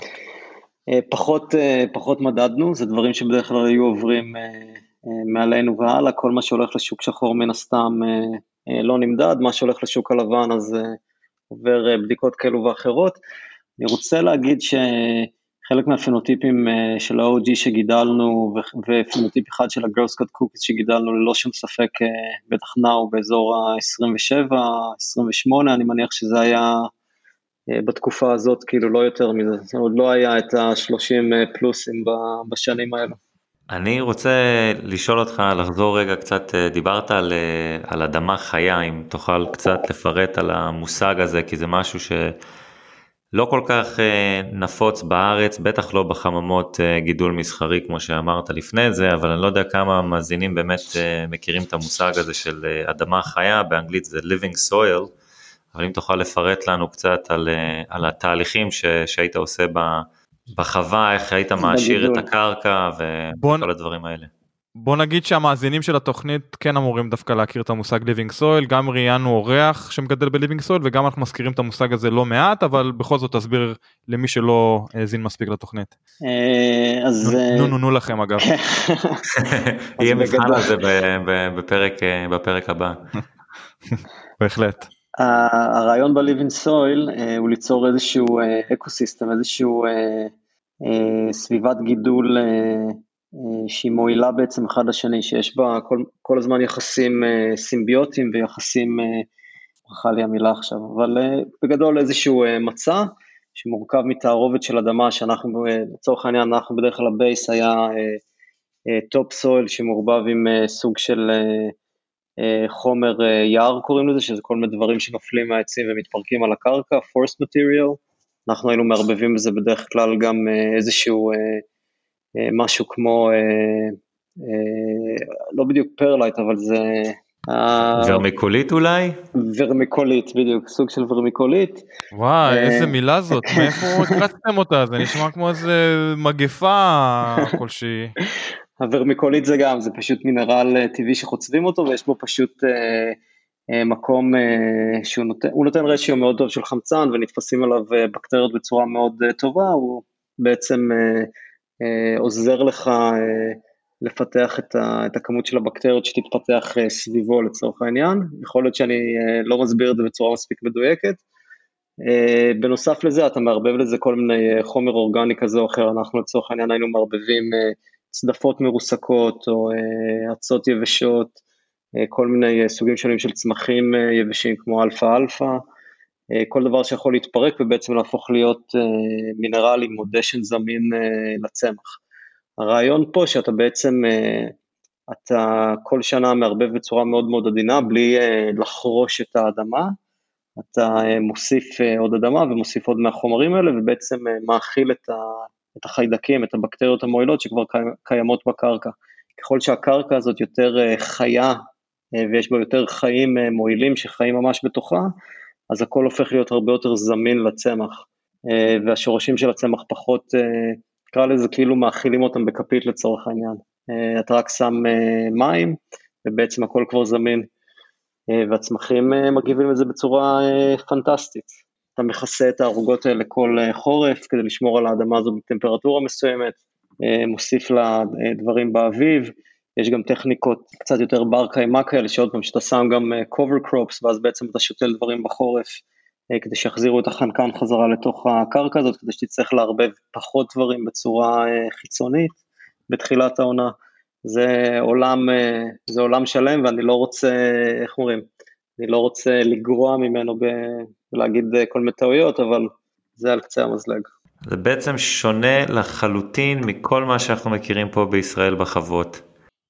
פחות מדדנו, זה דברים שבדרך כלל היו עוברים מעלינו והלאה, כל מה שהולך לשוק שחור מן הסתם לא נמדד, מה שהולך לשוק הלבן אז עובר בדיקות כאלו ואחרות. אני רוצה להגיד חלק מהפנוטיפים של ה-OG שגידלנו, ופנוטיפ אחד של ה-Girl Scout Cookies שגידלנו ללא שום ספק, בטח נאו באזור ה-27, 28, אני מניח שזה היה בתקופה הזאת, כאילו לא יותר מזה, זה עוד לא היה את ה-30 פלוסים בשנים האלו. אני רוצה לשאול אותך, לחזור רגע קצת, דיברת על אדמה חיה, אם תוכל קצת לפרט על המושג הזה, כי זה משהו לא כל כך נפוץ בארץ, בטח לא בחממות גידול מסחרי כמו שאמרת לפני זה, אבל אני לא יודע כמה מאזינים באמת מכירים את המושג הזה של אדמה חיה, באנגלית זה living soil, אבל אם תוכל לפרט לנו קצת על התהליכים שהיית עושה בחווה, איך היית מעשיר את הקרקע וכל הדברים האלה. בוא נגיד שהמאזינים של התוכנית כן אמורים דווקא להכיר את המושג living soil, גם ראיינו אורח שמגדל ב-living soil, וגם אנחנו מזכירים את המושג הזה לא מעט, אבל בכל זאת תסביר למי שלא האזין מספיק לתוכנית. נו לכם אגב. יהיה מבחן על זה בפרק הבא. בהחלט. הרעיון ב-living soil הוא ליצור איזשהו אקוסיסטם, איזשהו סביבת גידול שהיא מועילה בעצם אחד לשני, שיש בה כל הזמן יחסים סימביוטיים ויחסים, ברכה לי המילה עכשיו, אבל בגדול איזשהו מצע שמורכב מתערובת של אדמה, שאנחנו לצורך העניין, אנחנו בדרך כלל הבייס היה טופ סויל שמעורבב עם סוג של חומר יער קוראים לזה, שזה כל מיני דברים שנופלים מהעצים ומתפרקים על הקרקע, forest material, אנחנו היינו מערבבים בזה בדרך כלל גם איזשהו משהו כמו, לא בדיוק פרלייט, אבל זה ורמיקולית אולי? ורמיקולית, בדיוק, סוג של ורמיקולית. וואי, איזה מילה זאת, מאיפה הקרצתם אותה? זה נשמע כמו איזה מגפה כלשהי. הוורמיקולית זה גם, זה פשוט מינרל טבעי שחוצבים אותו, ויש בו פשוט מקום שהוא נותן רשיו מאוד טוב של חמצן, ונתפסים עליו בקטריות בצורה מאוד טובה, הוא בעצם עוזר לך לפתח את הכמות של הבקטריות שתתפתח סביבו לצורך העניין, יכול להיות שאני לא מסביר את זה בצורה מספיק מדויקת, בנוסף לזה אתה מערבב לזה כל מיני חומר אורגני כזה או אחר, אנחנו לצורך העניין היינו מערבבים צדפות מרוסקות או עצות יבשות, כל מיני סוגים שונים של צמחים יבשים כמו אלפא, כל דבר שיכול להתפרק ובעצם להפוך להיות מינרל עם דשן זמין לצמח. הרעיון פה שאתה בעצם, אתה כל שנה מערבב בצורה מאוד מאוד עדינה, בלי לחרוש את האדמה, אתה מוסיף עוד אדמה ומוסיף עוד מהחומרים האלה, ובעצם מאכיל את החיידקים, את הבקטריות המועילות שכבר קיימות בקרקע. ככל שהקרקע הזאת יותר חיה, ויש בה יותר חיים מועילים שחיים ממש בתוכה, אז הכל הופך להיות הרבה יותר זמין לצמח, והשורשים של הצמח פחות, קרא לזה כאילו מאכילים אותם בכפית לצורך העניין. אתה רק שם מים, ובעצם הכל כבר זמין, והצמחים מגיבים את זה בצורה פנטסטית. אתה מכסה את הערוגות האלה כל חורף, כדי לשמור על האדמה הזו בטמפרטורה מסוימת, מוסיף לה דברים באביב, יש גם טכניקות קצת יותר בר קיימה כאלה, שעוד פעם שאתה שם גם cover crops, ואז בעצם אתה שותל דברים בחורף, כדי שיחזירו את החנקן חזרה לתוך הקרקע הזאת, כדי שתצטרך לערבב פחות דברים בצורה חיצונית, בתחילת העונה, זה עולם שלם, ואני לא רוצה, איך אומרים, אני לא רוצה לגרוע ממנו ולהגיד כל מיני טעויות, אבל זה על קצה המזלג. זה בעצם שונה לחלוטין מכל מה שאנחנו מכירים פה בישראל בחוות.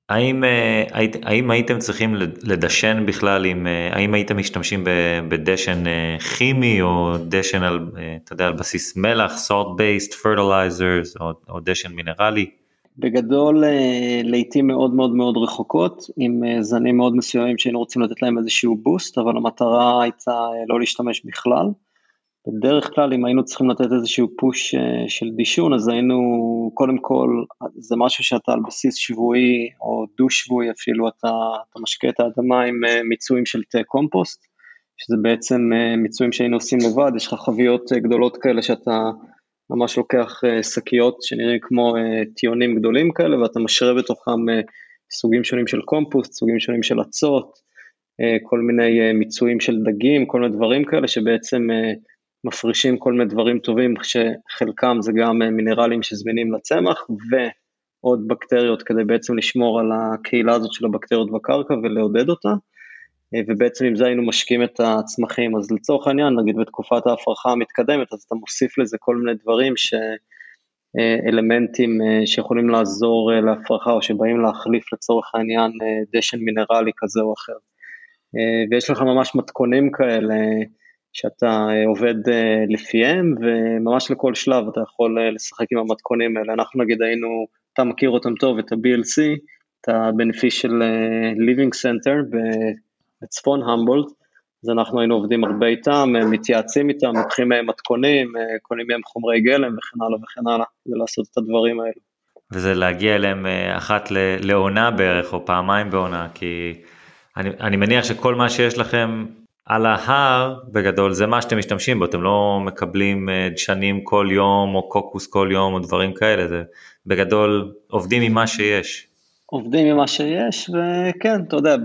האם הייתם צריכים לדשן בכלל, האם הייתם משתמשים בדשן כימי, או דשן על בסיס מלח, salt-based fertilizers, או דשן מינרלי? בגדול, לעתים מאוד מאוד מאוד רחוקות, עם זנים מאוד מסוימים שהיינו רוצים לתת להם איזשהו בוסט, אבל המטרה הייתה לא להשתמש בכלל. בדרך כלל, אם היינו צריכים לתת איזשהו פוש של דישון, אז היינו, קודם כל, זה משהו שאתה על בסיס שבועי, או דו שבועי אפילו, אתה משקה את האדמה עם מיצויים של תא קומפוסט, שזה בעצם מיצויים שהיינו עושים לבד, יש לך חביות גדולות כאלה שאתה ממש לוקח שקיות שנראים כמו טיונים גדולים כאלה, ואתה משרה בתוכם סוגים שונים של קומפוסט, סוגים שונים של עצות, כל מיני מיצויים של דגים, כל מיני דברים כאלה שבעצם מפרישים כל מיני דברים טובים, שחלקם זה גם מינרלים שזמינים לצמח, ועוד בקטריות כדי בעצם לשמור על הקהילה הזאת של הבקטריות בקרקע ולעודד אותה, ובעצם עם זה היינו משקים את הצמחים. אז לצורך העניין, נגיד בתקופת ההפרחה המתקדמת, אז אתה מוסיף לזה כל מיני דברים אלמנטים שיכולים לעזור להפרחה, או שבאים להחליף לצורך העניין דשן מינרלי כזה או אחר. ויש לך ממש מתכונים כאלה, שאתה עובד לפיהם, וממש לכל שלב אתה יכול לשחק עם המתכונים האלה. אנחנו נגיד אתה מכיר אותם טוב, את ה-BLC, את ה-Beneficial Living Center בצפון המבולט, אז אנחנו היינו עובדים הרבה איתם, מתייעצים איתם, לוקחים מהם מתכונים, קונים מהם חומרי גלם וכן הלאה וכן הלאה, כדי לעשות את הדברים האלה. וזה להגיע אליהם אחת לעונה בערך, או פעמיים בעונה, כי אני מניח שכל מה שיש לכם על ההר, בגדול, זה מה שאתם משתמשים בו, אתם לא מקבלים דשנים כל יום, או קוקוס כל יום, או דברים כאלה, זה בגדול עובדים עם מה שיש. עובדים עם מה שיש, וכן, אתה יודע,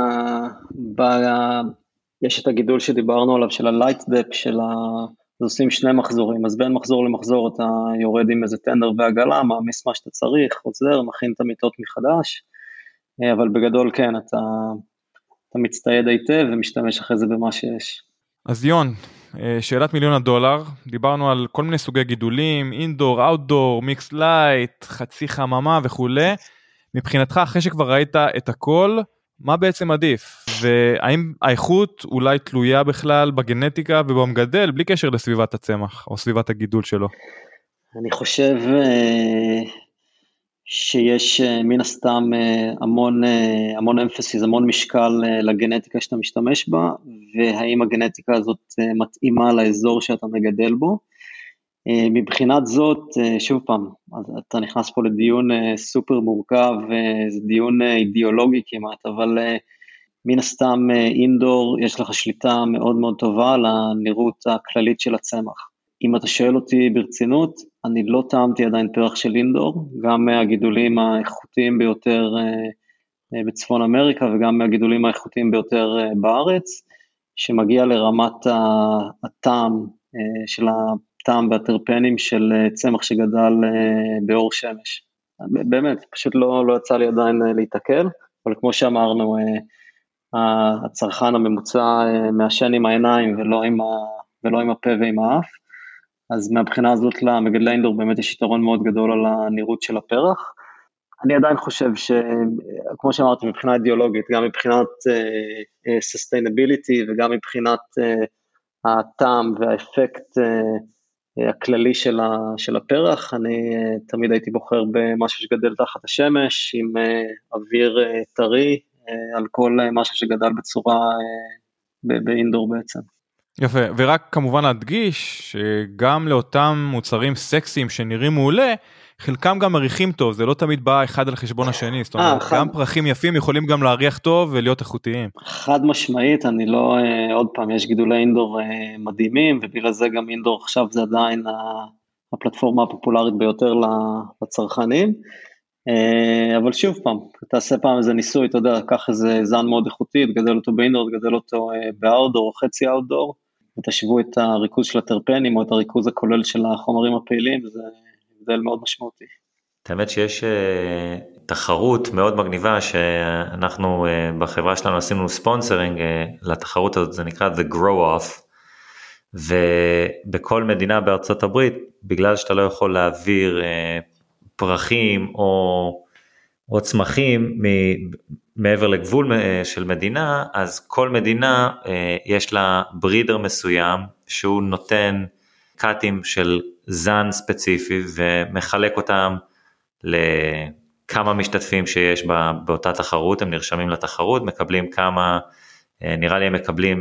יש את הגידול שדיברנו עליו, של ה-light depth, אז עושים שני מחזורים, אז בין מחזור למחזור אתה יורד עם איזה טנדר ועגלה, מעמיס מה שאתה צריך, חוזר, מכין את המיטות מחדש, אבל בגדול כן, אתה מצטייד היטב ומשתמש אחרי זה במה שיש. אז יון, שאלת $1,000,000, דיברנו על כל מיני סוגי גידולים, אינדור, אאוטדור, מיקס לייט, חצי חממה וכו'. מבחינתך, אחרי שכבר ראית את הכל, מה בעצם עדיף? והאם האיכות אולי תלויה בכלל בגנטיקה ובמגדל, בלי קשר לסביבת הצמח או סביבת הגידול שלו? אני חושב שיש מן הסתם המון אמפסיס, המון משקל לגנטיקה שאתה משתמש בה, והאם הגנטיקה הזאת מתאימה לאזור שאתה מגדל בו. מבחינת זאת, שוב פעם, אתה נכנס פה לדיון סופר מורכב, זה דיון אידיאולוגי כמעט, אבל מן הסתם אינדור יש לך שליטה מאוד מאוד טובה על הנראות הכללית של הצמח. אם אתה שואל אותי ברצינות, אני לא טעמתי עדיין פרח של אינדור, גם מהגידולים האיכותיים ביותר בצפון אמריקה, וגם מהגידולים האיכותיים ביותר בארץ, שמגיע לרמת הטעם של הטעם והטרפנים של צמח שגדל באור שמש. באמת, פשוט לא יצא לי עדיין להתעכל, אבל כמו שאמרנו, הצרכן הממוצע מעשן עם העיניים ולא עם הפה ועם האף, אז מהבחינה הזאת למגדלי אינדור באמת יש יתרון מאוד גדול על הנראות של הפרח. אני עדיין חושב שכמו שאמרתי, מבחינה אידיאולוגית, גם מבחינת sustainability וגם מבחינת הטעם והאפקט הכללי של הפרח, אני תמיד הייתי בוחר במשהו שגדל תחת השמש, עם אוויר טרי, על כל משהו שגדל בצורה באינדור בעצם. יפה, ורק כמובן להדגיש שגם לאותם מוצרים סקסיים שנראים מעולה, חלקם גם מריחים טוב, זה לא תמיד בא אחד על חשבון השני, זאת אומרת, גם פרחים יפים יכולים גם להריח טוב ולהיות איכותיים. חד משמעית, אני לא, עוד פעם, יש גידולי אינדור מדהימים, ובגלל זה גם אינדור עכשיו זה עדיין הפלטפורמה הפופולרית ביותר לצרכנים, אבל שוב פעם, תעשה פעם איזה ניסוי, אתה יודע, קח איזה זן מאוד איכותי, תגדל אותו באינדור, תגדל אותו באאוטדור או חצי אאוטדור, ותשוו את הריכוז של הטרפנים או את הריכוז הכולל של החומרים הפעילים, זה הבדל מאוד משמעותי. האמת שיש תחרות מאוד מגניבה שאנחנו בחברה שלנו עשינו ספונסרינג לתחרות הזאת, זה נקרא The Grow Off, ובכל מדינה בארצות הברית, בגלל שאתה לא יכול להעביר פרחים או צמחים מעבר לגבול של מדינה, אז כל מדינה יש לה ברידר מסוים שהוא נותן קאטים של זן ספציפי ומחלק אותם לכמה משתתפים שיש באותה תחרות, הם נרשמים לתחרות, מקבלים כמה, נראה לי הם מקבלים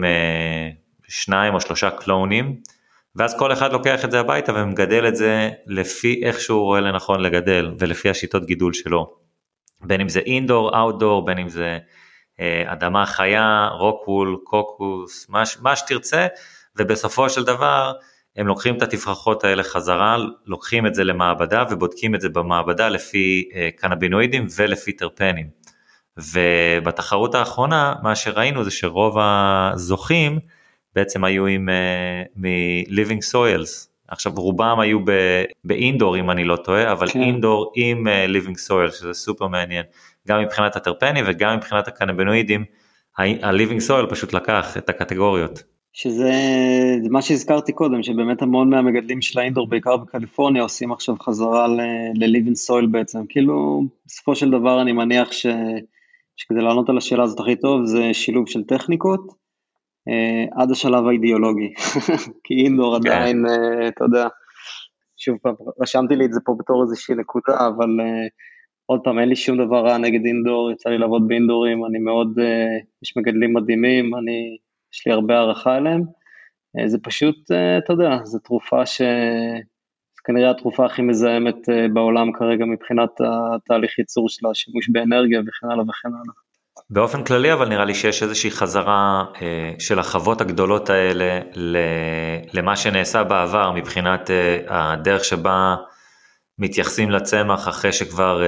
2 או 3 קלונים, ואז כל אחד לוקח את זה הביתה ומגדל את זה לפי איך שהוא רואה לנכון לגדל, ולפי השיטות גידול שלו, בין אם זה אינדור, אאוטדור, בין אם זה אדמה חיה, רוקוול, קוקוס, מה שתרצה, ובסופו של דבר הם לוקחים את התפרחות האלה חזרה, לוקחים את זה למעבדה ובודקים את זה במעבדה לפי קנבינואידים ולפי טרפנים. ובתחרות האחרונה מה שראינו זה שרוב הזוכים בעצם היו מ-Living Soils. עכשיו רובם היו באינדור אם אני לא טועה, אבל כן. אינדור עם Living Soils, שזה סופר מעניין, גם מבחינת הטרפנים וגם מבחינת הקנבינואידים, ה-Living Soil פשוט לקח את הקטגוריות. שזה מה שהזכרתי קודם, שבאמת המון מהמגדלים של האינדור, בעיקר בקליפורניה, עושים עכשיו חזרה ל-Living Soil בעצם, כאילו בסופו של דבר אני מניח שכדי לענות על השאלה הזאת הכי טוב, זה שילוב של טכניקות, עד השלב האידיאולוגי, כי אינדור עדיין, אתה יודע, שוב פעם, רשמתי לי את זה פה בתור איזושהי נקודה, אבל עוד פעם, אין לי שום דבר רע נגד אינדור, יצא לי לעבוד באינדורים, אני מאוד, יש מגדלים מדהימים, יש לי הרבה הערכה אליהם, זה פשוט, אתה יודע, זו תרופה כנראה התרופה הכי מזהמת בעולם כרגע, מבחינת התהליך ייצור שלה, שימוש באנרגיה וכן הלאה וכן הלאה. באופן כללי, אבל נראה לי שיש איזושהי חזרה של החוות הגדולות האלה למה שנעשה בעבר, מבחינת הדרך שבה מתייחסים לצמח אחרי שכבר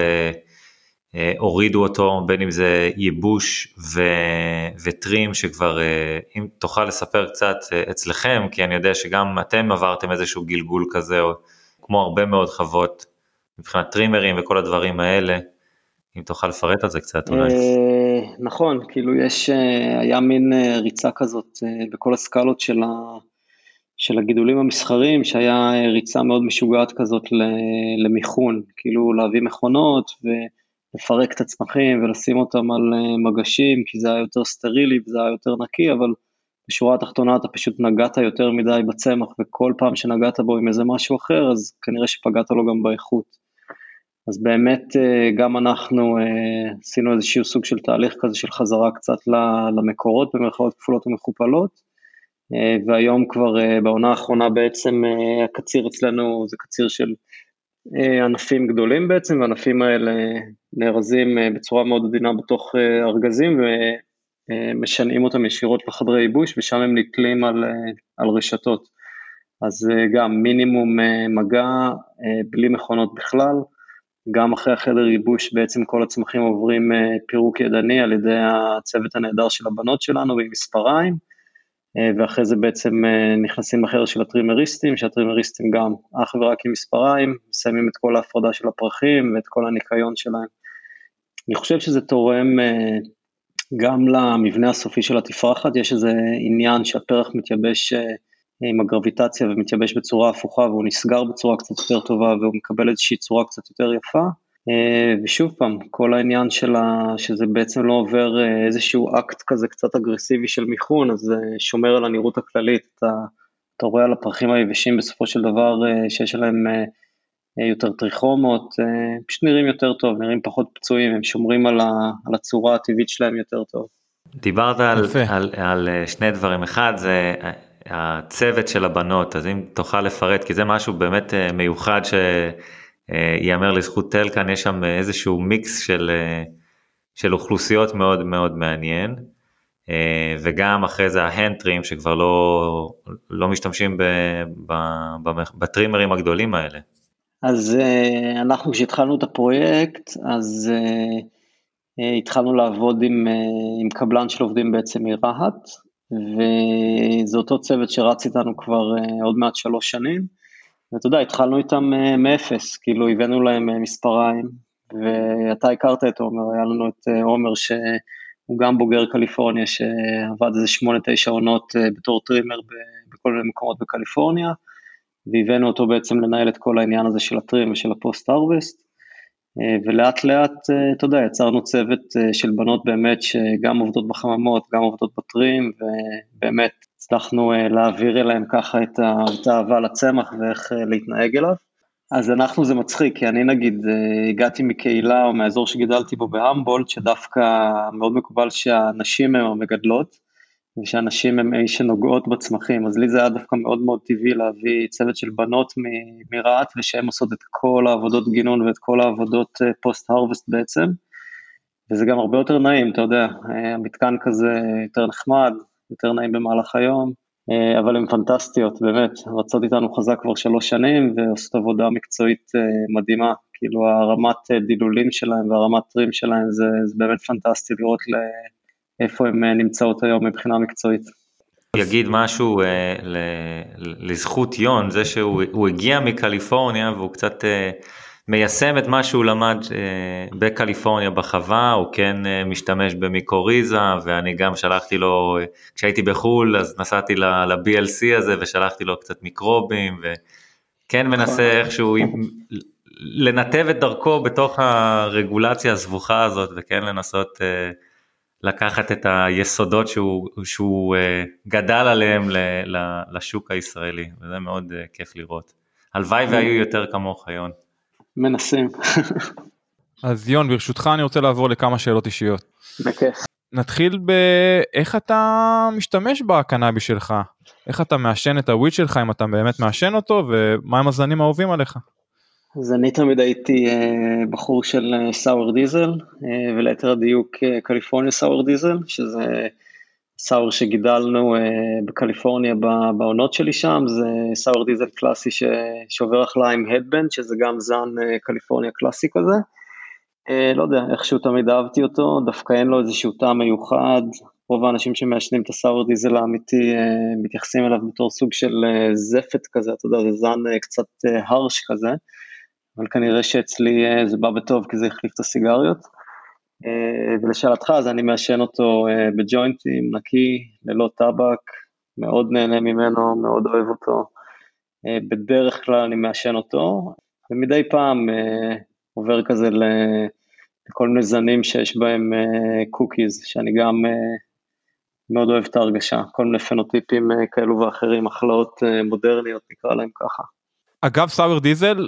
הורידו אותו, בין אם זה ייבוש וטרים, שכבר, אם תוכל לספר קצת אצלכם, כי אני יודע שגם אתם עברתם איזשהו גלגול כזה, או כמו הרבה מאוד חוות, מבחינת טרימרים וכל הדברים האלה, אם תוכל לפרט על זה קצת אולי. נכון, כאילו היה מין ריצה כזאת בכל הסקלות של הגידולים המסחריים, שהיה ריצה מאוד משוגעת כזאת למיכון, כאילו להביא מכונות ולפרק את הצמחים ולשים אותם על מגשים, כי זה היה יותר סטרילי וזה היה יותר נקי, אבל בשורה התחתונה אתה פשוט נגעת יותר מדי בצמח, וכל פעם שנגעת בו עם איזה משהו אחר, אז כנראה שפגעת לו גם באיכות. אז באמת גם אנחנו עשינו איזשהו סוג של תהליך כזה של חזרה קצת למקורות במרכאות כפולות ומכופלות, והיום כבר בעונה האחרונה בעצם הקציר אצלנו זה קציר של ענפים גדולים בעצם, והענפים האלה נארזים בצורה מאוד עדינה בתוך ארגזים, ומשנעים אותם ישירות לחדרי ייבוש, ושם הם נתלים על רשתות. אז גם מינימום מגע, בלי מכונות בכלל, גם אחרי החדר ייבוש בעצם כל הצמחים עוברים פירוק ידני על ידי הצוות הנהדר של הבנות שלנו ועם מספריים, ואחרי זה בעצם נכנסים לחדר של הטרימריסטים, שהטרימריסטים גם אך ורק עם מספריים, מסיימים את כל ההפרדה של הפרחים ואת כל הניקיון שלהם. אני חושב שזה תורם גם למבנה הסופי של התפרחת, יש איזה עניין שהפרח מתייבש עם הגרביטציה ומתייבש בצורה הפוכה, והוא נסגר בצורה קצת יותר טובה, והוא מקבל איזושהי צורה קצת יותר יפה, ושוב פעם, כל העניין שזה בעצם לא עובר איזשהו אקט כזה קצת אגרסיבי של מיכון, אז זה שומר על הנראות הכללית, אתה רואה על הפרחים היבשים בסופו של דבר, שיש עליהם יותר טריכומות, פשוט נראים יותר טוב, נראים פחות פצועים, הם שומרים על הצורה הטבעית שלהם יותר טוב. דיברת על שני דברים, אחד זה הצוות של הבנות, אז אם תוכל לפרט, כי זה משהו באמת מיוחד שיאמר לזכות טלקן, יש שם איזשהו מיקס של אוכלוסיות מאוד מאוד מעניין, וגם אחרי זה ההנטרים שכבר לא משתמשים בטרימרים הגדולים האלה. אז אנחנו כשהתחלנו את הפרויקט, אז התחלנו לעבוד עם קבלן של עובדים בעצם מרהט, וזה אותו צוות שרץ איתנו כבר עוד מעט 3 שנים, ואתה יודע, התחלנו איתם מאפס, כאילו הבאנו להם מספריים, ואתה הכרת את עומר, היה לנו את עומר שהוא גם בוגר קליפורניה, שעבד איזה 8-9 עונות בתור טרימר בכל מיני מקומות בקליפורניה, והבאנו אותו בעצם לנהל את כל העניין הזה של הטרים ושל הפוסט-הרווסט, ולאט לאט, אתה יודע, יצרנו צוות של בנות באמת שגם עובדות בחממות, גם עובדות בטרים, ובאמת הצלחנו להעביר אליהם ככה את האהבה לצמח ואיך להתנהג אליו. אז אנחנו זה מצחיק, כי אני נגיד הגעתי מקהילה או מהאזור שגידלתי בו בהמבולט, שדווקא מאוד מקובל שהנשים הן המגדלות, ושאנשים הם שנוגעות בצמחים, אז לי זה היה דווקא מאוד מאוד טבעי להביא צוות של בנות מרעת, ושהם עושות את כל העבודות גינון ואת כל העבודות פוסט-הרווסט בעצם, וזה גם הרבה יותר נעים, אתה יודע, המתקן כזה יותר נחמד, יותר נעים במהלך היום, אבל הן פנטסטיות, באמת, רצות איתנו חזק כבר 3 שנים, ועושות עבודה מקצועית מדהימה, כאילו הרמת דילולים שלהם והרמת טרים שלהם, זה באמת פנטסטי לראות איפה הן נמצאות היום מבחינה מקצועית. יגיד משהו לזכות יון, זה שהוא הגיע מקליפורניה, והוא קצת מיישם את מה שהוא למד בקליפורניה בחווה, הוא כן משתמש במיקוריזה, ואני גם שלחתי לו, כשהייתי בחול, אז נסעתי ל-BLC הזה, ושלחתי לו קצת מיקרובים, וכן מנסה איכשהו לנתב את דרכו בתוך הרגולציה הסבוכה הזאת, וכן לנסות לקחת את היסודות שהוא גדל עליהם לשוק הישראלי, וזה מאוד כיף לראות. הלוואי והיו יותר כמוך, יון. מנסים. אז יון, ברשותך אני רוצה לעבור לכמה שאלות אישיות. בכיף. נתחיל באיך אתה משתמש בקנאביס שלך, איך אתה מעשן את הוויד שלך, אם אתה באמת מעשן אותו, ומה הם הזנים האהובים עליך? אז אני תמיד הייתי בחור של סאור דיזל, וליתר הדיוק קליפורניה סאור דיזל, שזה סאור שגידלנו בקליפורניה בעונות שלי שם, זה סאור דיזל קלאסי שעובר אחלה עם הדבנד, שזה גם זן קליפורניה קלאסי כזה. לא יודע, איכשהו תמיד אהבתי אותו, דווקא אין לו איזשהו טעם מיוחד, רוב האנשים שמעשנים את הסאור דיזל האמיתי מתייחסים אליו בתור סוג של זפת כזה, אתה יודע, זה זן קצת הרש כזה, אבל כנראה שאצלי זה בא בטוב כי זה החליף את הסיגריות, ולשאלתך אז אני מעשן אותו בג'וינטים, נקי, ללא טבק, מאוד נהנה ממנו, מאוד אוהב אותו, בדרך כלל אני מעשן אותו, ומדי פעם עובר כזה לכל מיני זנים שיש בהם קוקיז, שאני גם מאוד אוהב את ההרגשה, כל מיני פנוטיפים כאלו ואחרים, החלאות מודרניות נקרא להם ככה. אגב, סאור דיזל,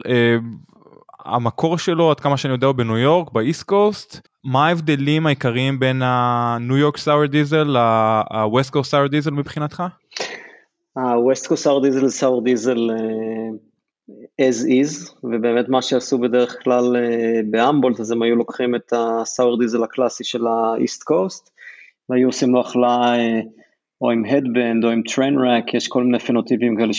המקור שלו, עד כמה שאני יודע, הוא בניו יורק, באיסט קוסט, מה ההבדלים העיקריים בין הניו יורק סאור דיזל לווסט קוסט סאור דיזל מבחינתך? הווסט קוסט סאור דיזל זה סאור דיזל as is, ובאמת מה שעשו בדרך כלל בהמבולט, אז הם היו לוקחים את הסאור דיזל הקלאסי של האיסט קוסט, והיו עושים לו אחלה או עם הדבנד או עם טריין רק, יש כל מיני פנוטיפים כאלה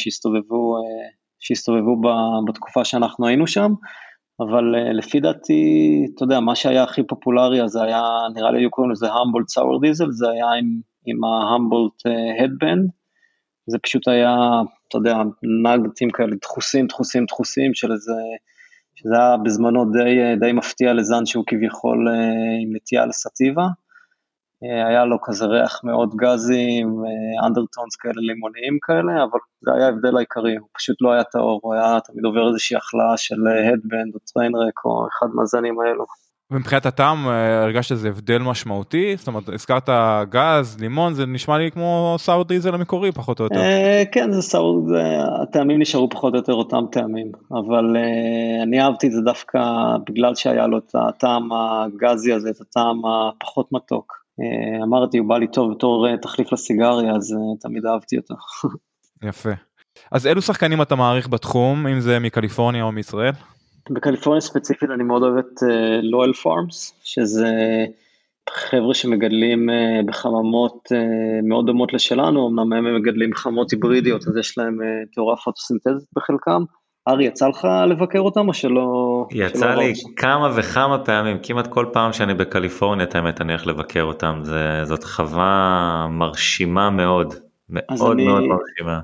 שהסתובבו בתקופה שאנחנו היינו שם, אבל לפי דעתי, אתה יודע, מה שהיה הכי פופולרי, זה היה, נראה לי היו קוראים לזה המבולט סאור דיזל, זה היה עם ההמבולט הדבנד, זה פשוט היה, אתה יודע, נגטים כאלה, דחוסים של איזה, שזה היה בזמנו די מפתיע לזן שהוא כביכול עם נטייה לסטיבה, היה לו כזה ריח מאוד גזי, אנדרטונס כאלה לימוניים כאלה, אבל זה היה הבדל העיקרי, הוא פשוט לא היה טהור, הוא היה תמיד עובר איזושהי החלאה של הדבנד או טריינרק או אחד מהזנים האלו. ומבחינת הטעם, הרגשת שזה הבדל משמעותי? זאת אומרת, הזכרת גז, לימון, זה נשמע לי כמו סאור דיזל המקורי פחות או יותר. כן, זה סאור, הטעמים נשארו פחות או יותר אותם טעמים, אבל אני אהבתי את זה דווקא בגלל שהיה לו את הטעם הגזי הזה, את הטעם הפחות מתוק. אמרתי, הוא בא לי טוב בתור תחליף לסיגריה, אז תמיד אהבתי אותו. יפה. אז אילו שחקנים אתה מעריך בתחום, אם זה מקליפורניה או מישראל? בקליפורניה ספציפית אני מאוד אוהב את לואל פארמס, שזה חבר'ה שמגדלים בחממות מאוד דומות לשלנו, אמנם הם מגדלים חממות היברידיות, אז יש להם תיאוריה פוטוסינתזית בחלקם. ארי, יצא לך לבקר אותם או שלא? יצא לי כמה וכמה פעמים, כמעט כל פעם שאני בקליפורניה, האמת אני הולך לבקר אותם, זאת חווה מרשימה מאוד, מאוד מאוד מרשימה.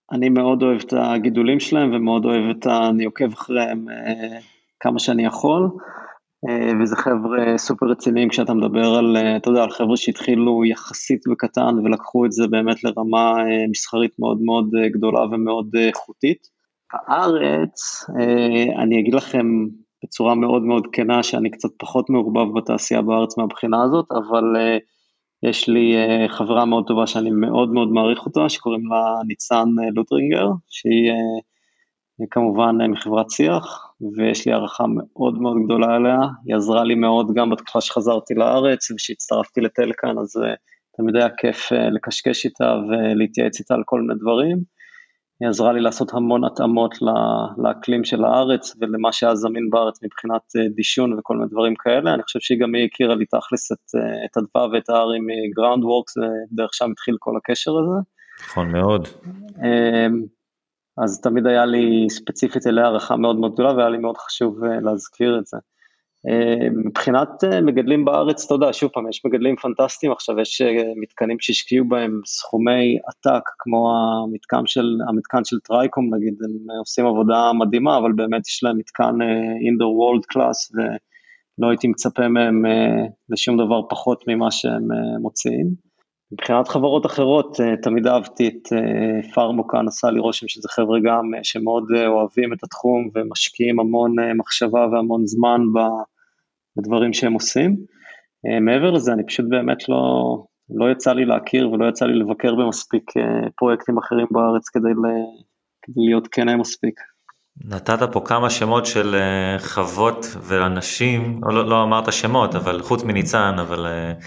אני מאוד אוהב את הגידולים שלהם, ומאוד אוהב אני עוקב אחריהם כמה שאני יכול, וזה חבר'ה סופר רציניים כשאתה מדבר על, אתה יודע, על חבר'ה שהתחילו יחסית בקטן, ולקחו את זה באמת לרמה מסחרית מאוד מאוד גדולה ומאוד איכותית. הארץ, אני אגיד לכם בצורה מאוד מאוד כנה, שאני קצת פחות מעורבב בתעשייה בארץ מהבחינה הזאת, אבל יש לי חברה מאוד טובה שאני מאוד מאוד מעריך אותה, שקוראים לה ניצן לוטרינגר, שהיא כמובן מחברת שיח, ויש לי הערכה מאוד מאוד גדולה עליה, היא עזרה לי מאוד גם בתקופה שחזרתי לארץ, ושהצטרפתי לטלקן, אז תמיד היה כיף לקשקש איתה ולהתייעץ איתה על כל מיני דברים, היא עזרה לי לעשות המון התאמות לאקלים של הארץ, ולמה שהיה זמין בארץ מבחינת דישון וכל מיני דברים כאלה, אני חושב שהיא גם הכירה לי תכלס את הדבר ואת הארי מגראונדוורקס, ודרך שם התחיל כל הקשר הזה. נכון מאוד. אז תמיד היה לי ספציפית אליה הערכה מאוד מאוד גדולה, והיה לי מאוד חשוב להזכיר את זה. מבחינת מגדלים בארץ, אתה יודע, שוב פעם, יש מגדלים פנטסטיים, עכשיו יש מתקנים שהשקיעו בהם סכומי עתק, כמו המתקן של טרייקום, נגיד, הם עושים עבודה מדהימה, אבל באמת יש להם מתקן indoor world class, ולא הייתי מצפה מהם לשום דבר פחות ממה שהם מוציאים. מבחינת חברות אחרות, תמיד אהבתי את פארמוקן, עשה לי רושם שזה חבר'ה גם שמאוד אוהבים את התחום, ומשקיעים המון מחשבה והמון זמן בדברים שהם עושים. מעבר לזה, אני פשוט באמת לא יצא לי להכיר, ולא יצא לי לבקר במספיק פרויקטים אחרים בארץ, כדי להיות כן מספיק. נתת פה כמה שמות של חוות ואנשים, לא אמרת שמות, אבל חוץ מניצן, אבל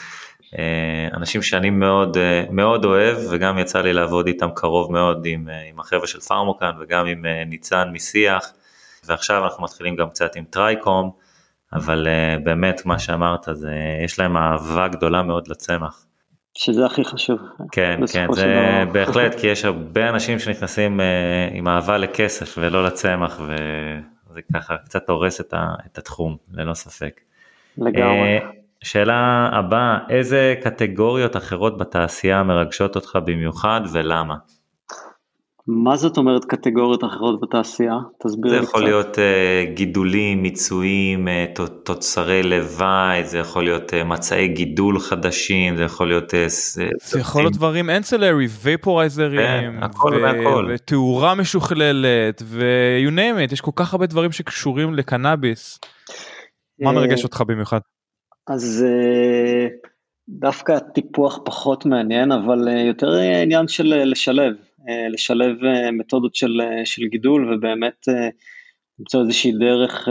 אנשים שאני מאוד, מאוד אוהב, וגם יצא לי לעבוד איתם קרוב מאוד עם החבר'ה של פארמוקן, וגם עם ניצן משיח, ועכשיו אנחנו מתחילים גם קצת עם טרייקום, אבל באמת מה שאמרת, יש להם אהבה גדולה מאוד לצמח. שזה הכי חשוב. כן, כן, זה בהחלט, כי יש הרבה אנשים שנכנסים עם אהבה לכסף ולא לצמח, וזה ככה קצת הורס את התחום, ללא ספק. לגמרי. שאלה הבאה, איזה קטגוריות אחרות בתעשייה מרגשות אותך במיוחד ולמה? מה זאת אומרת קטגוריות אחרות בתעשייה? תסביר לי קצת. זה יכול להיות גידולים, מיצויים, תוצרי לוואי, זה יכול להיות מצעי גידול חדשים, זה יכול להיות... זה יכול להיות דברים אנסלרי, וייפורייזרים, ותאורה משוכללת, ו-you name it, יש כל כך הרבה דברים שקשורים לקנאביס. מה מרגש אותך במיוחד? אז דווקא טיפוח פחות מעניין, אבל יותר עניין של לשלב מתודות של גידול, ובאמת למצוא איזושהי דרך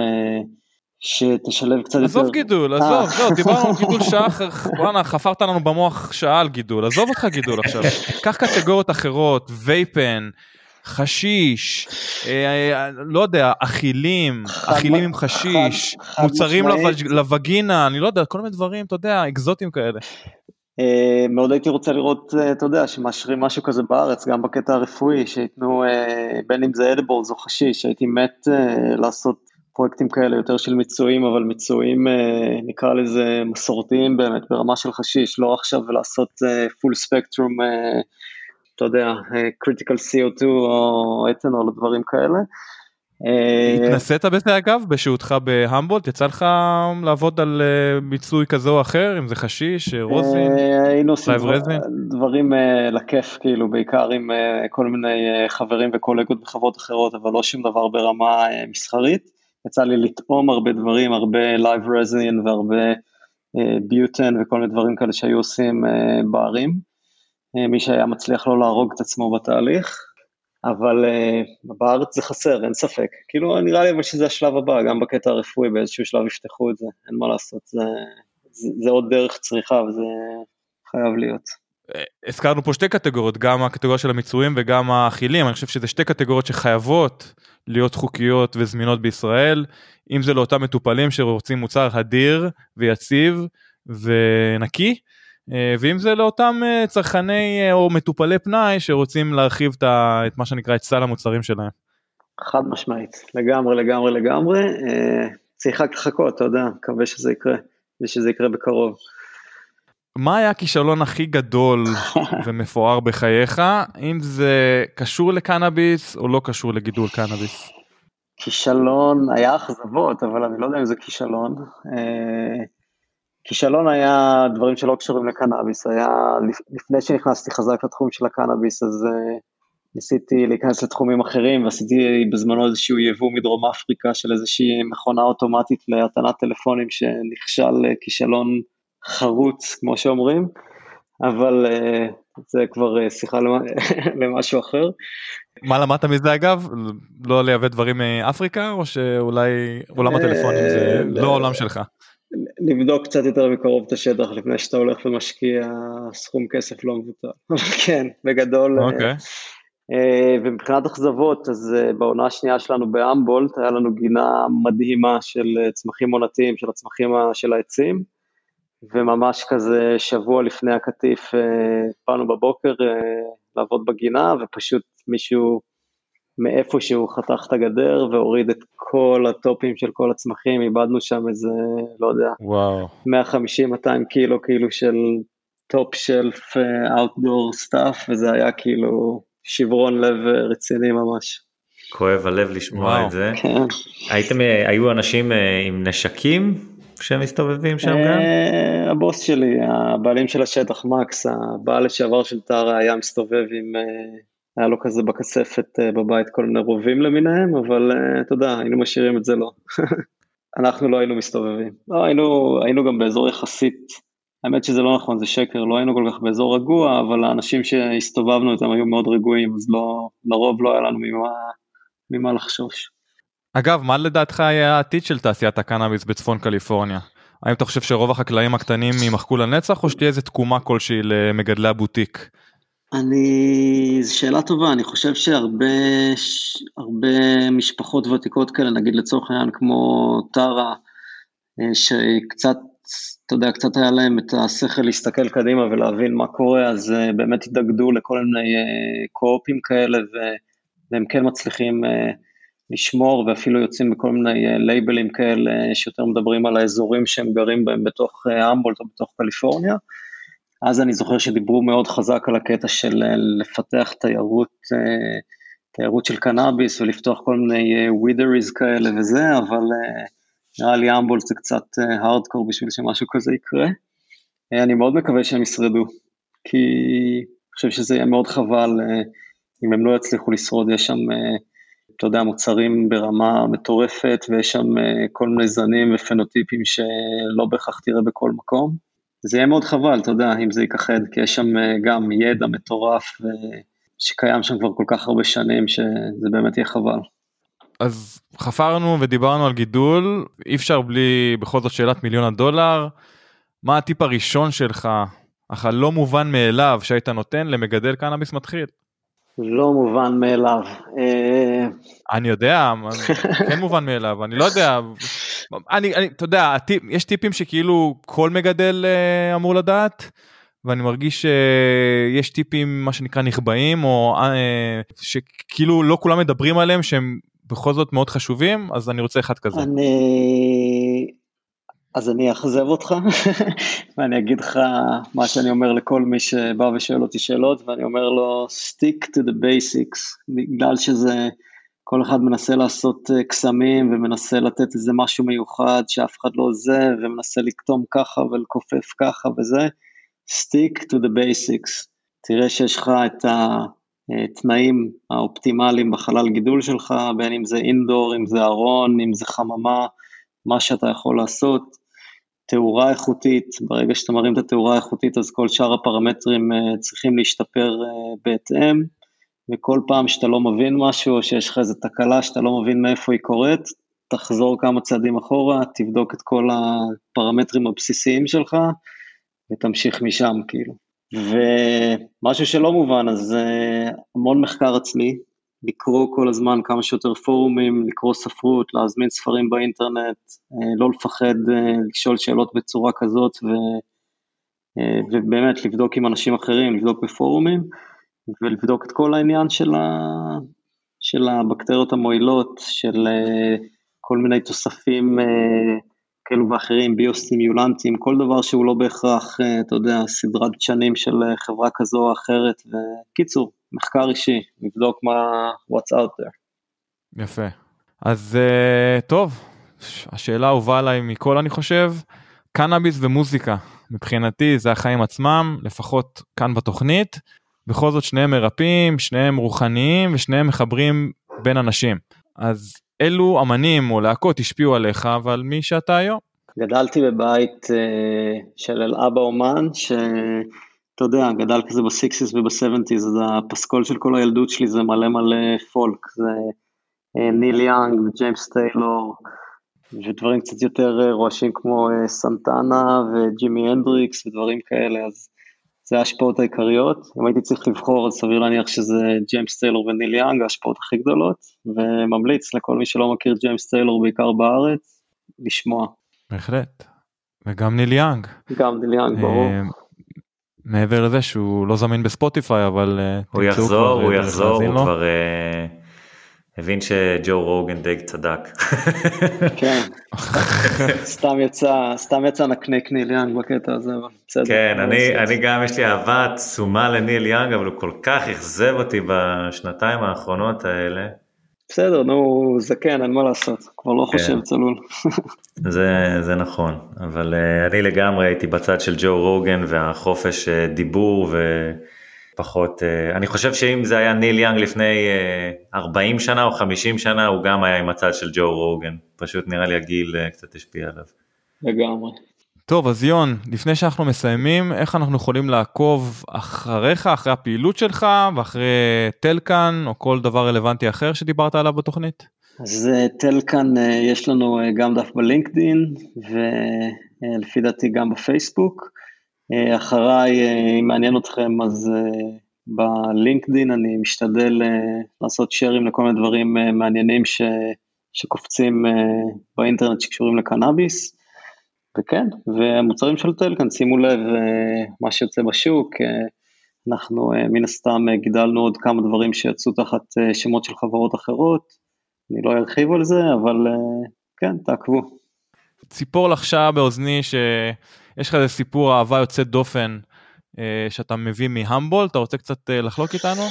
שתשלב קצת יותר. עזוב גידול, עזוב, לא, דיברנו על גידול שעה, וואנה, חפרת לנו במוח שעה על גידול, עזוב אותך גידול עכשיו, קח קטגוריות אחרות, וייפן, חשיש, לא יודע, אכילים עם חשיש, מוצרים לווגינה, אני לא יודע, כל מיני דברים, אתה יודע, אקזוטיים כאלה. מאוד הייתי רוצה לראות, אתה יודע, שמאשרים משהו כזה בארץ, גם בקטע הרפואי, שיתנו, בין אם זה אדיבלס או חשיש, הייתי מת לעשות פרויקטים כאלה יותר של מיצויים, אבל מיצויים נקרא לזה מסורתיים באמת, ברמה של חשיש, לא עכשיו לעשות full spectrum, אתה יודע, critical CO2 או אתנול או דברים כאלה. התנסית בזה אגב, בשהותך בהמבולט, יצא לך לעבוד על מיצוי כזה או אחר, אם זה חשיש, רוזין, היינו עושים דברים לכיף, כאילו, בעיקר עם כל מיני חברים וקולגות בחברות אחרות, אבל לא שום דבר ברמה מסחרית. יצא לי לטעום הרבה דברים, הרבה live resin והרבה ביוטן וכל מיני דברים כאלה שהיו עושים בערים. מי שהיה מצליח לא להרוג את עצמו בתהליך. אבל בארץ זה חסר, אין ספק. כאילו נראה לי שזה השלב הבא, גם בקטע הרפואי, באיזשהו שלב יפתחו את זה, אין מה לעשות, זה עוד דרך צריכה, וזה חייב להיות. הזכרנו פה שתי קטגוריות, גם הקטגוריה של המיצויים וגם האכילים, אני חושב שזה שתי קטגוריות שחייבות להיות חוקיות וזמינות בישראל, אם זה לאותם מטופלים שרוצים מוצר אדיר ויציב ונקי, ואם זה לאותם צרכני או מטופלי פנאי שרוצים להרחיב את מה שנקרא את סל המוצרים שלהם. חד משמעית, לגמרי, צריך רק לחכות, אתה יודע, מקווה שזה יקרה, ושזה יקרה בקרוב. מה היה הכישלון הכי גדול ומפואר בחייך, אם זה קשור לקנאביס או לא קשור לגידול קנאביס? כישלון, היה אכזבות, אבל אני לא יודע אם זה כישלון. כישלון היה דברים שלא קשורים לקנאביס, היה לפני שנכנסתי חזק לתחום של הקנאביס, אז ניסיתי להיכנס לתחומים אחרים, ועשיתי בזמנו איזשהו יבוא מדרום אפריקה של איזושהי מכונה אוטומטית להטענת טלפונים שנכשל כישלון חרוץ, כמו שאומרים, אבל זה כבר שיחה למשהו אחר. מה למדת מזה אגב? לא לייבא דברים מאפריקה, או שאולי עולם הטלפונים זה לא העולם שלך? לבדוק קצת יותר מקרוב את השטח לפני שאתה הולך ומשקיע סכום כסף לא מבוטל. כן, בגדול. אוקיי. ומבחינת אכזבות, אז בעונה השנייה שלנו באמבולט, היה לנו גינה מדהימה של צמחים עונתיים, של הצמחים של העצים, וממש כזה שבוע לפני הקטיף, באנו בבוקר לעבוד בגינה, ופשוט מישהו מאיפשהו חתך את הגדר, והוריד את כל הטופים של כל הצמחים, איבדנו שם איזה, לא יודע, 150-200 קילו, כאילו של טופ שלף, outdoor stuff, וזה היה כאילו שברון לב רציני ממש. כואב הלב לשמוע את זה. כן. היו אנשים עם נשקים שמסתובבים שם גם? הבוס שלי, הבעלים של השטח, מקס, הבעל לשעבר של טרה, היה מסתובב עם, היה לו כזה בכספת בבית כל מיני רובים למיניהם, אבל אתה יודע, היינו משאירים את זה לא. אנחנו לא היינו מסתובבים. לא, היינו גם באזור יחסית, האמת שזה לא נכון, זה שקר, לא היינו כל כך באזור רגוע, אבל האנשים שהסתובבנו איתם היו מאוד רגועים, אז לא, לרוב לא היה לנו ממה לחשוש. אגב, מה לדעתך היה העתיד של תעשיית הקנאביס בצפון קליפורניה? האם אתה חושב שרוב החקלאים הקטנים ימחקו לנצח, או שתהיה איזו תקומה כלשהי למגדלי הבוטיק? זו שאלה טובה, אני חושב שהרבה משפחות ותיקות כאלה, נגיד לצורך העניין כמו טרה, שקצת, אתה יודע, קצת היה להם את השכל להסתכל קדימה ולהבין מה קורה, אז באמת התאגדו לכל מיני קואופים כאלה, והם כן מצליחים לשמור, ואפילו יוצאים בכל מיני לייבלים כאלה, שיותר מדברים על האזורים שהם גרים בהם בתוך אמבולט או בתוך קליפורניה. אז אני זוכר שדיברו מאוד חזק על הקטע של לפתח תיירות של קנאביס, ולפתוח כל מיני ווידריז כאלה וזה, אבל נראה לי אמבולט זה קצת הארדקור בשביל שמשהו כזה יקרה. אני מאוד מקווה שהם ישרדו, כי אני חושב שזה יהיה מאוד חבל, אם הם לא יצליחו לשרוד, יש שם, אתה יודע, מוצרים ברמה מטורפת, ויש שם כל מיני זנים ופנוטיפים שלא בהכרח תראה בכל מקום. זה יהיה מאוד חבל, אתה יודע, אם זה ייכחד, כי יש שם גם ידע מטורף, שקיים שם כבר כל כך הרבה שנים, שזה באמת יהיה חבל. אז חפרנו ודיברנו על גידול, אי אפשר בלי בכל זאת שאלת $1,000,000, מה הטיפ הראשון שלך, אך לא מובן מאליו שהיית נותן למגדל קנאביס מתחיל? לא מובן מאליו. אני יודע, כן מובן מאליו, אני לא יודע, אתה יודע, יש טיפים שכאילו כל מגדל אמור לדעת, ואני מרגיש שיש טיפים, מה שנקרא נחבאים, או שכאילו לא כולם מדברים עליהם, שהם בכל זאת מאוד חשובים, אז אני רוצה אחד כזה. אז אני אחזב אותך, ואני אגיד לך מה שאני אומר לכל מי שבא ושואל אותי שאלות, ואני אומר לו, stick to the basics, בגלל שזה, כל אחד מנסה לעשות קסמים, ומנסה לתת איזה משהו מיוחד, שאף אחד לא זה, ומנסה לקטום ככה, ולקופף ככה וזה, stick to the basics, תראה שיש לך את התנאים האופטימליים בחלל גידול שלך, בין אם זה אינדור, אם זה ארון, אם זה חממה, מה שאתה יכול לעשות, תאורה איכותית, ברגע שאתה מרים את התאורה האיכותית, אז כל שאר הפרמטרים צריכים להשתפר בהתאם, וכל פעם שאתה לא מבין משהו, או שיש לך איזו תקלה שאתה לא מבין מאיפה היא קורית, תחזור כמה צעדים אחורה, תבדוק את כל הפרמטרים הבסיסיים שלך, ותמשיך משם כאילו. ומשהו שלא מובן, אז המון מחקר עצמי, לקרוא כל הזמן כמה שיותר פורומים, לקרוא ספרות, להזמין ספרים באינטרנט, לא לפחד לשאול שאלות בצורה כזאת, ובאמת לבדוק עם אנשים אחרים, לבדוק בפורומים, ולבדוק את כל העניין של הבקטריות המועילות, של כל מיני תוספים כאלו ואחרים, ביוסטימיולנטים, כל דבר שהוא לא בהכרח, אתה יודע, סדרת שנים של חברה כזו או אחרת, וקיצור, מחקר אישי, לבדוק what's out there. יפה. אז טוב, השאלה הובאה עליי מכל אני חושב, קנאביס ומוזיקה, מבחינתי זה החיים עצמם, לפחות כאן בתוכנית, בכל זאת שניהם מרפאים, שניהם רוחניים, ושניהם מחברים בין אנשים. אז אילו אמנים או להקות השפיעו עליך, ועל מי שאתה היום? גדלתי בבית של אבא אומן, שאתה יודע, גדל כזה ב-60s וב-70s, אז הפסקול של כל הילדות שלי זה מלא פולק, זה ניל יאנג וג'יימס טיילור, ודברים קצת יותר רועשים כמו סנטנה וג'ימי הנדריקס ודברים כאלה, אז זה ההשפעות העיקריות. אם הייתי צריך לבחור, אז סביר להניח שזה ג'יימס טיילור וניל יאנג, ההשפעות הכי גדולות, וממליץ לכל מי שלא מכיר ג'יימס טיילור בעיקר בארץ, לשמוע. בהחלט. וגם ניל יאנג. גם ניל יאנג, ברור. מעבר לזה שהוא לא זמין בספוטיפיי, אבל הוא יחזור, הוא כבר הבין שג'ו רוגן די צדק. כן, סתם יצא נקניק ניל יאנג בקטע הזה. כן, אני גם יש לי אהבה עצומה לניל יאנג, אבל הוא כל כך אכזב אותי בשנתיים האחרונות האלה. בסדר, נו, זה כן, אין מה לעשות, כבר לא חושב צלול. זה נכון, אבל אני לגמרי הייתי בצד של ג'ו רוגן והחופש דיבור ופחות, אני חושב שאם זה היה ניל יאנג לפני 40 שנה או 50 שנה, הוא גם היה עם הצד של ג'ו רוגן, פשוט נראה לי הגיל קצת השפיע עליו. לגמרי. טוב, אז יון, לפני שאנחנו מסיימים, איך אנחנו יכולים לעקוב אחריך, אחרי הפעילות שלך, ואחרי טלקן, או כל דבר רלוונטי אחר שדיברת עליו בתוכנית? אז טלקן, יש לנו גם דף בלינקדין, ולפי דעתי גם בפייסבוק. אחריי, אם מעניין אתכם, אז בלינקדין אני משתדל לעשות שיירים לכל מיני דברים מעניינים שקופצים באינטרנט שקשורים לקנאביס. וכן, והמוצרים של טלקן, שימו לב מה שיוצא בשוק, אנחנו מן הסתם גידלנו עוד כמה דברים שיצאו תחת שמות של חברות אחרות, אני לא ארחיב על זה, אבל כן, תעקבו. ציפור לחשה באוזני שיש לך איזה סיפור אהבה יוצאת דופן שאתה מביא מהמבולט, אתה רוצה קצת לחלוק איתנו?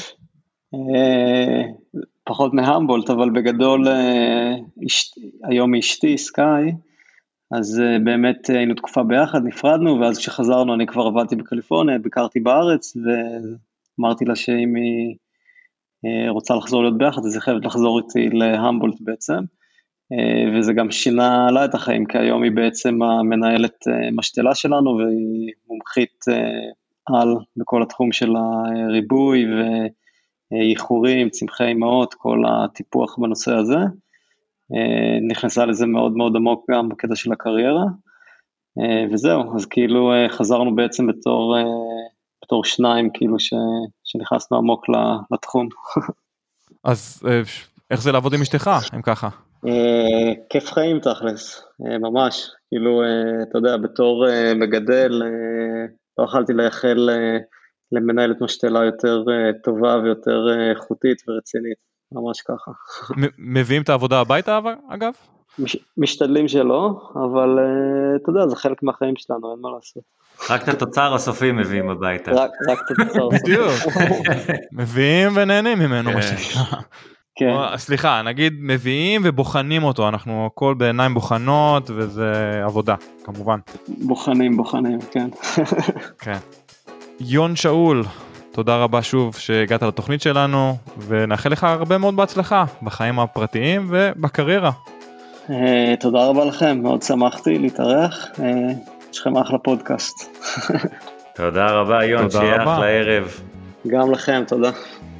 פחות מהמבולט, אבל בגדול היום אשתי, סקאי, אז באמת היינו תקופה ביחד, נפרדנו, ואז כשחזרנו אני כבר עבדתי בקליפורניה, ביקרתי בארץ, ואמרתי לה שאם היא רוצה לחזור להיות ביחד, אז היא חייבת לחזור איתי להמבולט בעצם, וזה גם שינה לה את החיים, כי היום היא בעצם המנהלת משתלה שלנו, והיא מומחית על בכל התחום של הריבוי, וייחורים, צמחי אימהות, כל הטיפוח בנושא הזה, נכנסה לזה מאוד מאוד עמוק גם בקטע של הקריירה, וזהו, אז כאילו חזרנו בעצם בתור שניים, כאילו שנכנסנו עמוק לתחום. אז איך זה לעבוד עם אשתך, אם ככה? כיף חיים תכלס, ממש, כאילו, אתה יודע, בתור מגדל, לא יכלתי לייחל למנהלת משתלה יותר טובה ויותר איכותית ורצינית. ממש ככה. מביאים את העבודה הביתה, אגב? משתדלים שלא, אבל אתה יודע, זה חלק מהחיים שלנו, אין מה לעשות. רק את התוצר הסופי מביאים הביתה. רק את התוצר הסופי. בדיוק. מביאים ונהנים ממנו. כן. סליחה, נגיד מביאים ובוחנים אותו, אנחנו הכל בעיניים בוחנות, וזה עבודה, כמובן. בוחנים, כן. כן. יון שאול, תודה רבה שוב שהגעת לתוכנית שלנו, ונאחל לך הרבה מאוד בהצלחה בחיים הפרטיים ובקריירה. תודה רבה לכם, מאוד שמחתי להתארח, יש לכם אחלה פודקאסט. תודה רבה יון, שיהיה אחלה ערב. גם לכם, תודה.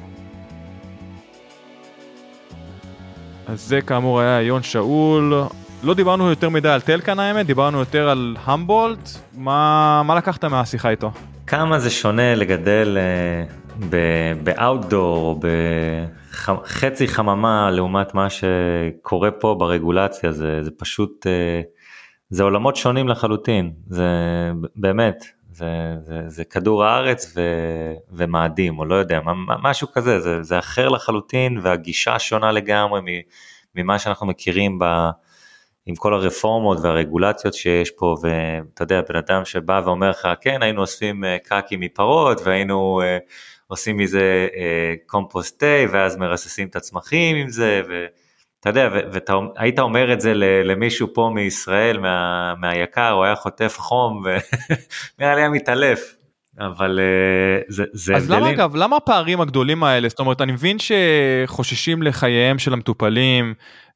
אז זה כאמור היה יון שאול, לא דיברנו יותר מדי על טלקן האמת, דיברנו יותר על המבולט, מה לקחת מהשיחה איתו? כמה זה שונה לגדל באוטדור או בחצי חממה לעומת מה שקורה פה ברגולציה, זה פשוט, זה עולמות שונים לחלוטין, זה באמת, זה כדור הארץ ומאדים, או לא יודע, משהו כזה, זה אחר לחלוטין, והגישה שונה לגמרי ממה שאנחנו מכירים עם כל הרפורמות והרגולציות שיש פה, ואתה יודע, בן אדם שבא ואומר לך, כן, היינו אוספים קקי מפרות, והיינו עושים מזה קומפוסטי, ואז מרססים את הצמחים עם זה, ואתה יודע, והיית אומר את זה למישהו פה מישראל, מהיקר, הוא היה חוטף חום, ונראה לי היה מתעלף. אבל זה אז למה אגב, למה הפערים הגדולים האלה? זאת אומרת, אני מבין שחוששים לחייהם של המטופלים,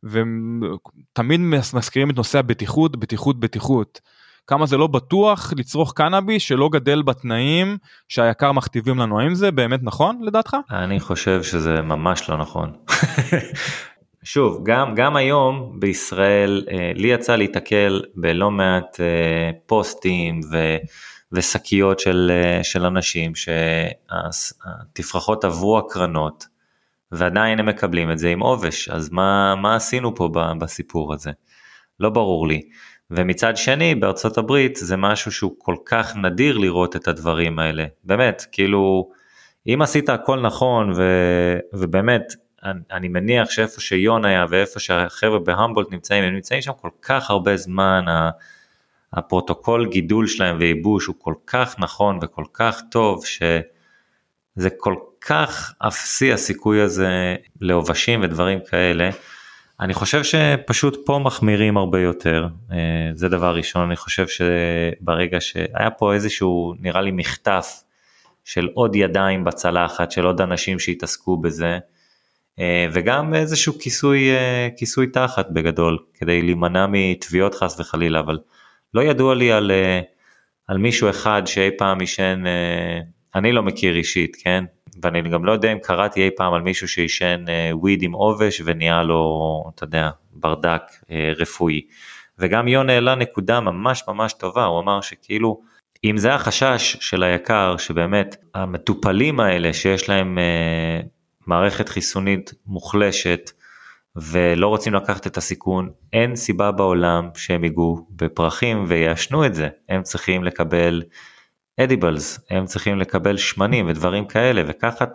ותמיד מזכירים את נושא הבטיחות, בטיחות. כמה זה לא בטוח לצרוך קנאביס שלא גדל בתנאים שהיקר מכתיבים לנו. האם זה באמת נכון לדעתך? אני חושב שזה ממש לא נכון. שוב, גם היום בישראל, לי יצא להתקל בלא מעט פוסטים ושקיות של אנשים שהתפרחות עברו הקרנות, ועדיין הם מקבלים את זה עם עובש, אז מה עשינו פה בסיפור הזה? לא ברור לי. ומצד שני, בארצות הברית זה משהו שהוא כל כך נדיר לראות את הדברים האלה. באמת, כאילו, אם עשית הכל נכון, ובאמת, אני מניח שאיפה שיון היה, ואיפה שהחבר'ה בהמבולט נמצאים, הם נמצאים שם כל כך הרבה זמן, הפרוטוקול גידול שלהם וייבוש הוא כל כך נכון וכל כך טוב, שזה כל כך אפסי הסיכוי הזה לעובשים ודברים כאלה. אני חושב שפשוט פה מחמירים הרבה יותר, זה דבר ראשון. אני חושב שברגע שהיה פה איזשהו, נראה לי מחטף של עוד ידיים בצלחת, של עוד אנשים שהתעסקו בזה, וגם איזשהו כיסוי תחת בגדול, כדי להימנע מתביעות חס וחלילה, אבל לא ידוע לי על מישהו אחד שאי פעם ישן, אני לא מכיר אישית, כן? ואני גם לא יודע אם קראתי אי פעם על מישהו שישן וויד עם עובש ונהיה לו, אתה יודע, ברדק רפואי. וגם יון העלה נקודה ממש ממש טובה, הוא אמר שכאילו, אם זה החשש של היקר, שבאמת המטופלים האלה שיש להם מערכת חיסונית מוחלשת, ולא רוצים לקחת את הסיכון, אין סיבה בעולם שהם ייגעו בפרחים וישנו את זה, הם צריכים לקבל אדיבלס, הם צריכים לקבל שמנים ודברים כאלה, וככה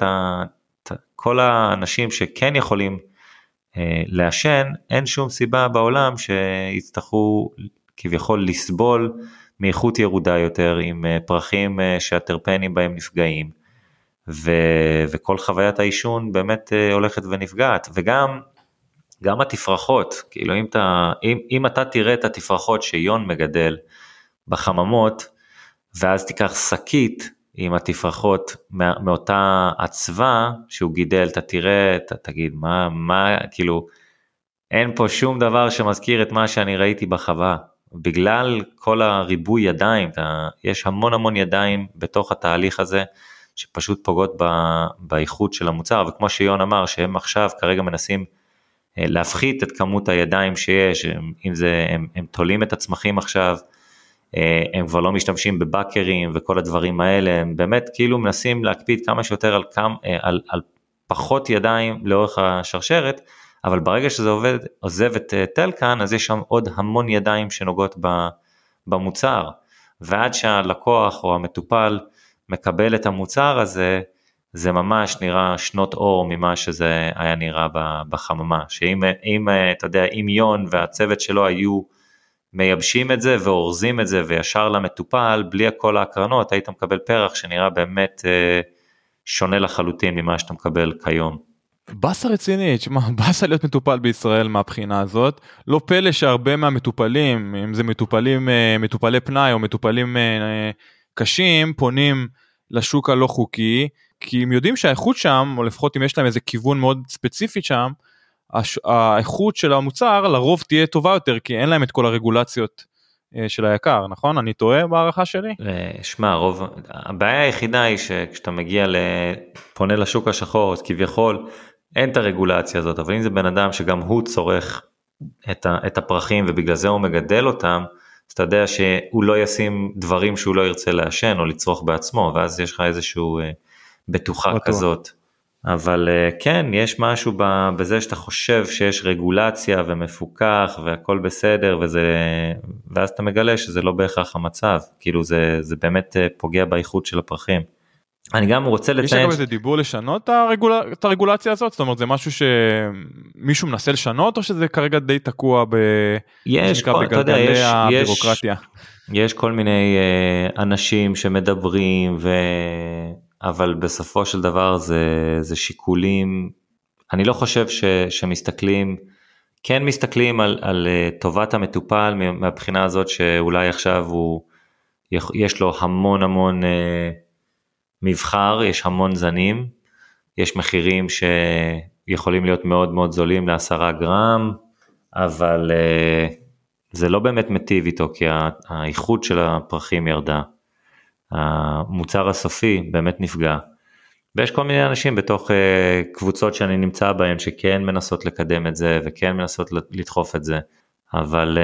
כל האנשים שכן יכולים לעשן, אין שום סיבה בעולם שיצטרכו כביכול לסבול מאיכות ירודה יותר, עם פרחים שהטרפנים בהם נפגעים, וכל חוויית העישון באמת הולכת ונפגעת, וגם התפרחות, כאילו אם אתה תראה את התפרחות שיון מגדל בחממות, ואז תיקח שקית עם התפרחות מאותה עצבה שהוא גידל, אתה תראה, אתה תגיד, כאילו, אין פה שום דבר שמזכיר את מה שאני ראיתי בחווה, בגלל כל הריבוי ידיים, יש המון ידיים בתוך התהליך הזה, שפשוט פוגעות באיכות של המוצר, וכמו שיון אמר, שהם עכשיו כרגע מנסים להפחית את כמות הידיים שיש, אם זה, הם תולים את הצמחים עכשיו, הם כבר לא משתמשים בבקרים וכל הדברים האלה, הם באמת כאילו מנסים להקפיד כמה שיותר על פחות ידיים לאורך השרשרת, אבל ברגע שזה עוזב את טלקן, אז יש שם עוד המון ידיים שנוגעות במוצר, ועד שהלקוח או המטופל מקבל את המוצר הזה, זה ממש נראה שנות אור ממה שזה היה נראה בחממה, שאם אתה יודע, אם יון והצוות שלו היו מייבשים את זה ואורזים את זה וישר למטופל, בלי כל ההקרנות, היית מקבל פרח שנראה באמת שונה לחלוטין ממה שאתה מקבל כיום. בסה רצינית, בסה להיות מטופל בישראל מהבחינה הזאת, לא פלא שהרבה מהמטופלים, אם זה מטופלי פנאי או מטופלים קשים, פונים לשוק הלא חוקי, כי הם יודעים שהאיכות שם, או לפחות אם יש להם איזה כיוון מאוד ספציפית שם, האיכות של המוצר לרוב תהיה טובה יותר, כי אין להם את כל הרגולציות של היקר, נכון? אני טועה בהערכה שלי? שמע, הבעיה היחידה היא שכשאתה מגיע פונה לשוק השחור, אז כביכול אין את הרגולציה הזאת, אבל אם זה בן אדם שגם הוא צורך את הפרחים, ובגלל זה הוא מגדל אותם, אז אתה יודע שהוא לא ישים דברים שהוא לא ירצה לעשן, או לצרוך בעצמו, ואז יש לך איזשהו בטוחה כזאת. אבל כן, יש משהו בזה שאתה חושב שיש רגולציה ומפוקח והכל בסדר, ואז אתה מגלה שזה לא בהכרח המצב, כאילו זה באמת פוגע באיכות של הפרחים. אני גם רוצה יש לציין... גם איזה דיבור לשנות את הרגולציה הזאת? זאת אומרת, זה משהו שמישהו מנסה לשנות, או שזה כרגע די תקוע בגלגלי הבירוקרטיה? יש כל מיני אנשים שמדברים, אבל בסופו של דבר זה שיקולים, אני לא חושב שמסתכלים, כן מסתכלים על טובת המטופל, מהבחינה הזאת שאולי עכשיו יש לו המון מבחר, יש המון זנים, יש מחירים שיכולים להיות מאוד מאוד זולים ל10 גרם, אבל זה לא באמת מטיב איתו, כי האיכות של הפרחים ירדה, המוצר הסופי באמת נפגע, ויש כל מיני אנשים בתוך קבוצות שאני נמצא בהן, שכן מנסות לקדם את זה, וכן מנסות לדחוף את זה, אבל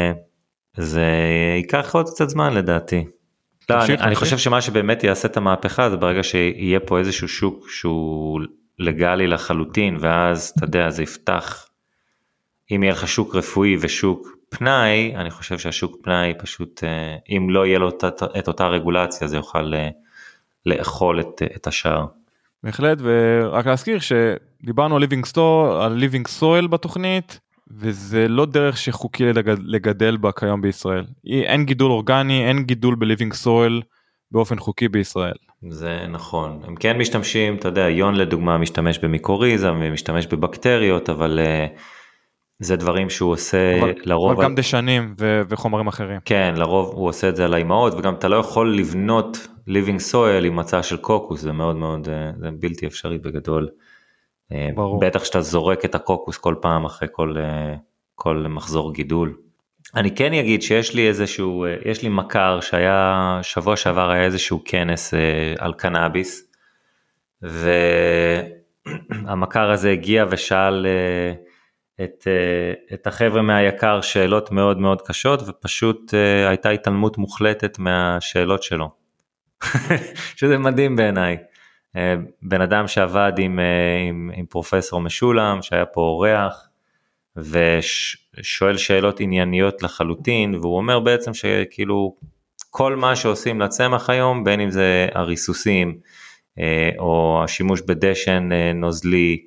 זה ייקח עוד קצת זמן לדעתי. לא, אני חושב שמה שבאמת יעשה את המהפכה, זה ברגע שיהיה פה איזשהו שוק שהוא לגלי לחלוטין, ואז אתה יודע, זה יפתח, אם יהיה לך שוק רפואי ושוק פנאי, אני חושב שהשוק פנאי פשוט, אם לא יהיה לו את אותה רגולציה, זה יוכל לאכול את השאר. בהחלט, ורק להזכיר שדיברנו על living soil בתוכנית, וזה לא דרך שחוקי לגדל בה כיום בישראל. אין גידול אורגני, אין גידול ב-living soil באופן חוקי בישראל. זה נכון. הם כן משתמשים, אתה יודע, יון לדוגמה משתמש במיקוריזה, משתמש בבקטריות, אבל זה דברים שהוא עושה לרוב... אבל גם דשנים וחומרים אחרים. כן, לרוב הוא עושה את זה על האימהות, וגם אתה לא יכול לבנות living soil עם מצע של קוקוס, זה מאוד מאוד, זה בלתי אפשרי בגדול. ברור. בטח שאתה זורק את הקוקוס כל פעם אחרי כל מחזור גידול. אני כן אגיד שיש לי איזשהו, יש לי מכר שהיה, שבוע שעבר היה איזשהו כנס על קנאביס, והמכר הזה הגיע ושאל את החבר'ה מהיקר שאלות מאוד מאוד קשות, ופשוט הייתה התעלמות מוחלטת מהשאלות שלו. שזה מדהים בעיניי. בן אדם שעבד עם פרופסור משולם, שהיה פה אורח, ושואל שאלות ענייניות לחלוטין, והוא אומר בעצם שכאילו, כל מה שעושים לצמח היום, בין אם זה הריסוסים, או השימוש בדשן נוזלי,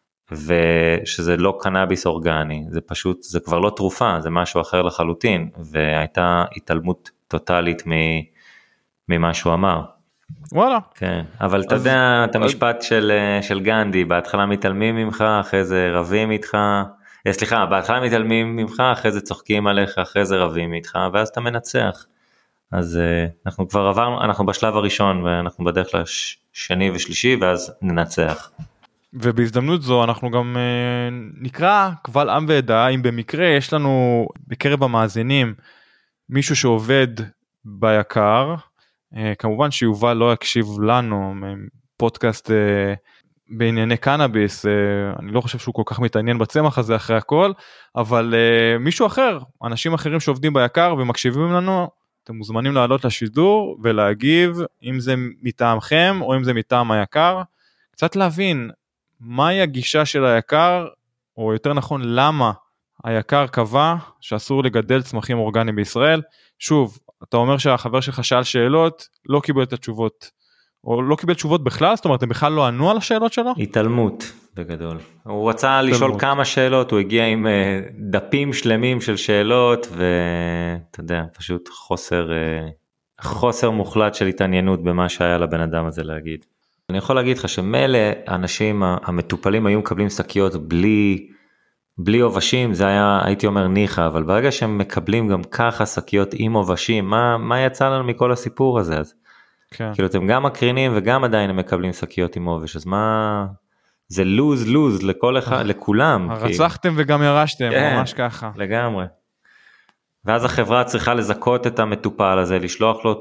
ושזה לא קנאביס אורגני, זה פשוט, זה כבר לא תרופה, זה משהו אחר לחלוטין, והייתה התעלמות טוטלית ממה שהוא אמר. וואלה. כן, אבל אתה יודע את המשפט של גנדי, בהתחלה מתעלמים ממך, אחרי זה רבים איתך, סליחה, בהתחלה מתעלמים ממך, אחרי זה צוחקים עליך, אחרי זה רבים איתך, ואז אתה מנצח. אז אנחנו כבר עברנו, אנחנו בשלב הראשון, ואנחנו בדרך לשני ושלישי, ואז ננצח. ובהזדמנות זו אנחנו גם נקרא קבל עם ועדה, אם במקרה יש לנו בקרב המאזינים, מישהו שעובד ביקר, כמובן שיובל לא יקשיב לנו, פודקאסט בענייני קנאביס, אני לא חושב שהוא כל כך מתעניין בצמח הזה אחרי הכל, אבל מישהו אחר, אנשים אחרים שעובדים ביקר ומקשיבים לנו, אתם מוזמנים לעלות לשידור ולהגיב, אם זה מטעמכם או אם זה מטעם היקר, קצת להבין מהי הגישה של היקר, או יותר נכון למה היקר קבע שאסור לגדל צמחים אורגניים בישראל. שוב, אתה אומר שהחבר שלך שאל שאלות, לא קיבל את התשובות, או לא קיבל תשובות בכלל, זאת אומרת, הם בכלל לא ענו על השאלות שלו? התעלמות בגדול. הוא רצה לשאול כמה שאלות, הוא הגיע עם דפים שלמים של שאלות, ואתה יודע, פשוט חוסר מוחלט של התעניינות במה שהיה לבן אדם הזה להגיד. אני יכול להגיד לך שמילא האנשים המטופלים היו מקבלים שקיות בלי עובשים, זה היה, הייתי אומר ניחה, אבל ברגע שהם מקבלים גם ככה שקיות עם עובשים, מה יצא לנו מכל הסיפור הזה? אז כן. כאילו אתם גם מקרינים וגם עדיין הם מקבלים שקיות עם עובש, אז מה, זה לוז לכל אחד, לכולם. רצחתם וגם ירשתם, ממש ככה. לגמרי. ואז החברה צריכה לזכות את המטופל הזה, לשלוח לו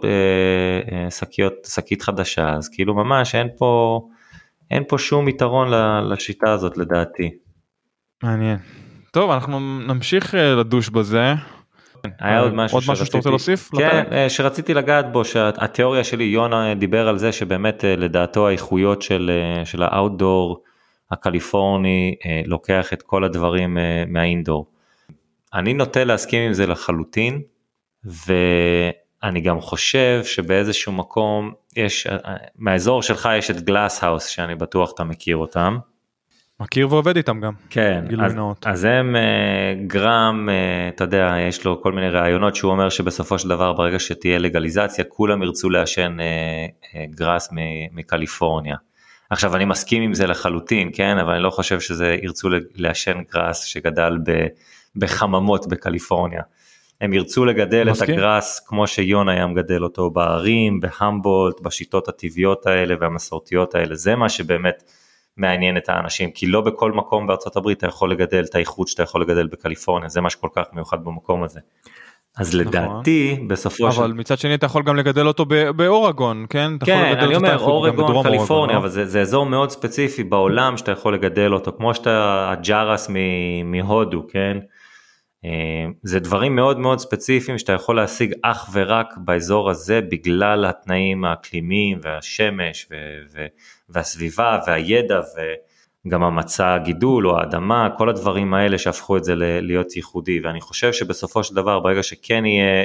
שקית חדשה, אז כאילו ממש אין פה שום יתרון לשיטה הזאת לדעתי. מעניין. טוב, אנחנו נמשיך לדוש בזה. היה עוד משהו שאתה רוצה להוסיף? כן, שרציתי לגעת בו, שהתיאוריה שלי, יונה דיבר על זה שבאמת לדעתו האיכויות של האוטדור הקליפורני לוקח את כל הדברים מהאינדור. אני נוטה להסכים עם זה לחלוטין, ואני גם חושב שבאיזשהו מקום מהאזור שלך יש את גלאס האוס, שאני בטוח אתה מכיר אותם. מכיר ועובד איתם גם. כן, אז הם גרם, אתה יודע, יש לו כל מיני רעיונות שהוא אומר שבסופו של דבר ברגע שתהיה לגליזציה, כולם ירצו לעשן גראס מקליפורניה. עכשיו אני מסכים עם זה לחלוטין, כן, אבל אני לא חושב שזה ירצו לעשן גראס שגדל בחממות בקליפורניה. הם ירצו לגדל את הגראס כמו שיון היה מגדל אותו בערים, בהמבולט, בשיטות הטבעיות האלה והמסורתיות האלה, זה מה שבאמת מעניין את האנשים, כי לא בכל מקום בארצות הברית אתה יכול לגדל את האיכות שאתה יכול לגדל בקליפורניה, זה מה שכל כך מיוחד במקום הזה. אז לדעתי, בסופו של... אבל מצד שני אתה יכול גם לגדל אותו באורגון, כן? כן, אני אומר אורגון, קליפורניה, אבל זה אזור מאוד ספציפי בעולם שאתה יכול לגדל אותו, כמו שאתה הג'רס מהודו, כן? זה דברים מאוד מאוד ספציפיים שאתה יכול להשיג אך ורק באזור הזה, בגלל התנאים האקלימיים והשמש והסביבה והידע וגם המצע הגידול או האדמה, כל הדברים האלה שהפכו את זה להיות ייחודי, ואני חושב שבסופו של דבר ברגע שכן יהיה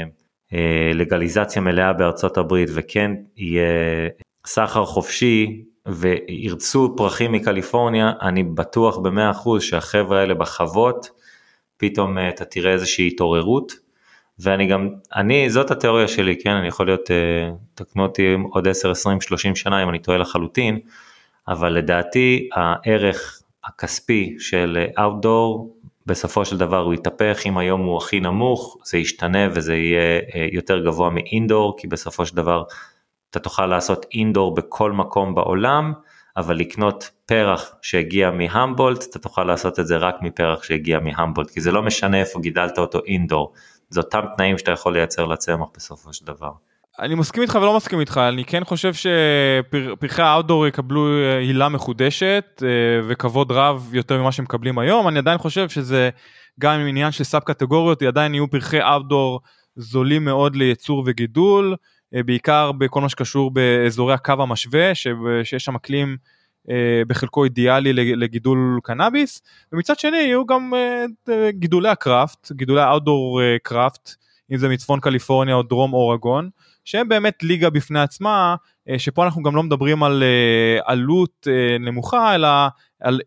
לגליזציה מלאה בארצות הברית וכן יהיה סחר חופשי וירצו פרחים מקליפורניה, אני בטוח ב100% שהחבר'ה האלה בחוות פתאום אתה תראה איזושהי התעוררות, ואני גם, זאת התיאוריה שלי, כן, אני יכול להיות, תקנו אותי עוד 10, 20, 30 שנה אם אני טועה לחלוטין, אבל לדעתי הערך הכספי של Outdoor, בסופו של דבר הוא יתהפך, אם היום הוא הכי נמוך, זה ישתנה וזה יהיה יותר גבוה מ-Indoor, כי בסופו של דבר אתה תוכל לעשות Indoor בכל מקום בעולם, אבל לקנות פרח שהגיע מהמבולט, אתה תוכל לעשות את זה רק מפרח שהגיע מהמבולט, כי זה לא משנה איפה גידלת אותו אינדור, זה אותם תנאים שאתה יכול לייצר לצמח בסופו של דבר. אני מסכים איתך ולא מסכים איתך, אני כן חושב שפרחי האוטדור יקבלו הילה מחודשת, וכבוד רב יותר ממה שהם מקבלים היום, אני עדיין חושב שזה גם עם עניין של סאב קטגוריות, עדיין יהיו פרחי אאוטדור זולים מאוד לייצור וגידול, בעיקר בכל מה שקשור באזורי הקו המשווה, שיש שם אקלים בחלקו אידיאלי לגידול קנאביס, ומצד שני יהיו גם גידולי הקראפט, גידולי האוטדור קראפט, אם זה מצפון קליפורניה או דרום אורגון, שהם באמת ליגה בפני עצמה, שפה אנחנו גם לא מדברים על עלות נמוכה, אלא על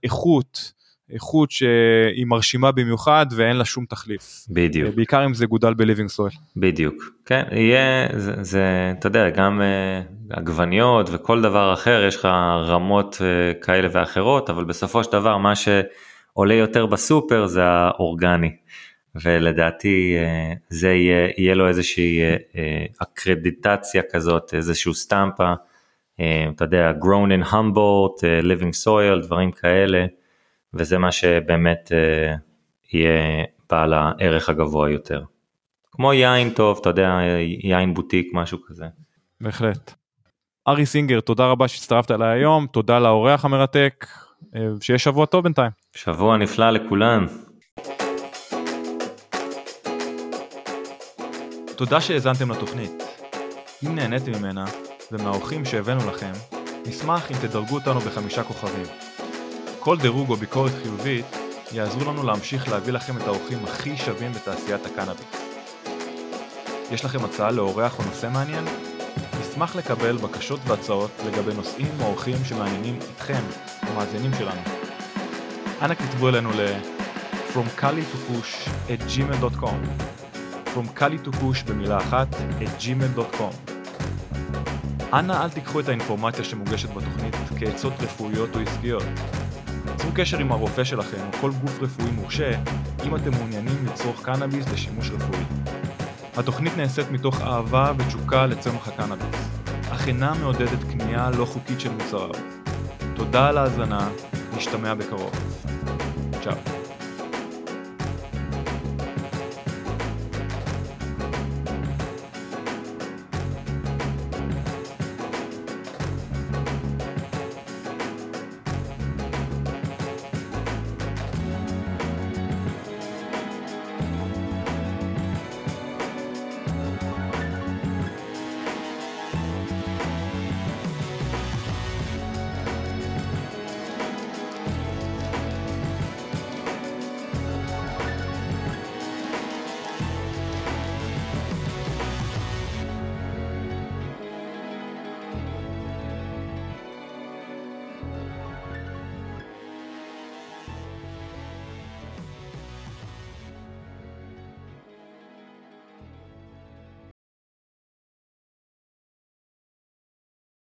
איכות שהיא מרשימה במיוחד ואין לה שום תחליף. בדיוק. בעיקר אם זה גודל בליבינג סויל. בדיוק. כן, יהיה, זה, אתה יודע, גם עגבניות וכל דבר אחר, יש לך רמות כאלה ואחרות, אבל בסופו של דבר מה שעולה יותר בסופר זה האורגני. ולדעתי זה יהיה לו איזושהי אקרדיטציה כזאת, איזשהו סטמפה, אתה יודע, grown in Humboldt, living soil, דברים כאלה, וזה מה שבאמת יהיה בעל הערך הגבוה יותר. כמו יין טוב, אתה יודע, יין בוטיק, משהו כזה. בהחלט. ארי סינגר, תודה רבה שהצטרפת אליי היום, תודה לאורח המרתק, שיהיה שבוע טוב בינתיים. שבוע נפלא לכולן. תודה שהאזנתם לתוכנית. אם נהניתם ממנה ומהאורחים שהבאנו לכם, נשמח אם תדרגו אותנו ב5 כוכבים. כל דירוג או ביקורת חיובית יעזרו לנו להמשיך להביא לכם את האורחים הכי שווים בתעשיית הקנאביס. יש לכם הצעה לאורח או נושא מעניין? נשמח לקבל בקשות והצעות לגבי נושאים או אורחים שמעניינים אתכם, המאזינים שלנו. אנא כתבו אלינו fromcali2push@gmail.com From Cali to Push במילה אחת, @gmail.com. אנא אל תיקחו את האינפורמציה שמוגשת בתוכנית כעצות רפואיות או עסקיות. צרו קשר עם הרופא שלכם או כל גוף רפואי מורשה אם אתם מעוניינים לצרוך קנאביס לשימוש רפואי. התוכנית נעשית מתוך אהבה ותשוקה לצמח הקנאביס, אך אינה מעודדת קנייה לא חוקית של מוצריו. תודה על ההאזנה, נשתמע בקרוב. צ'או.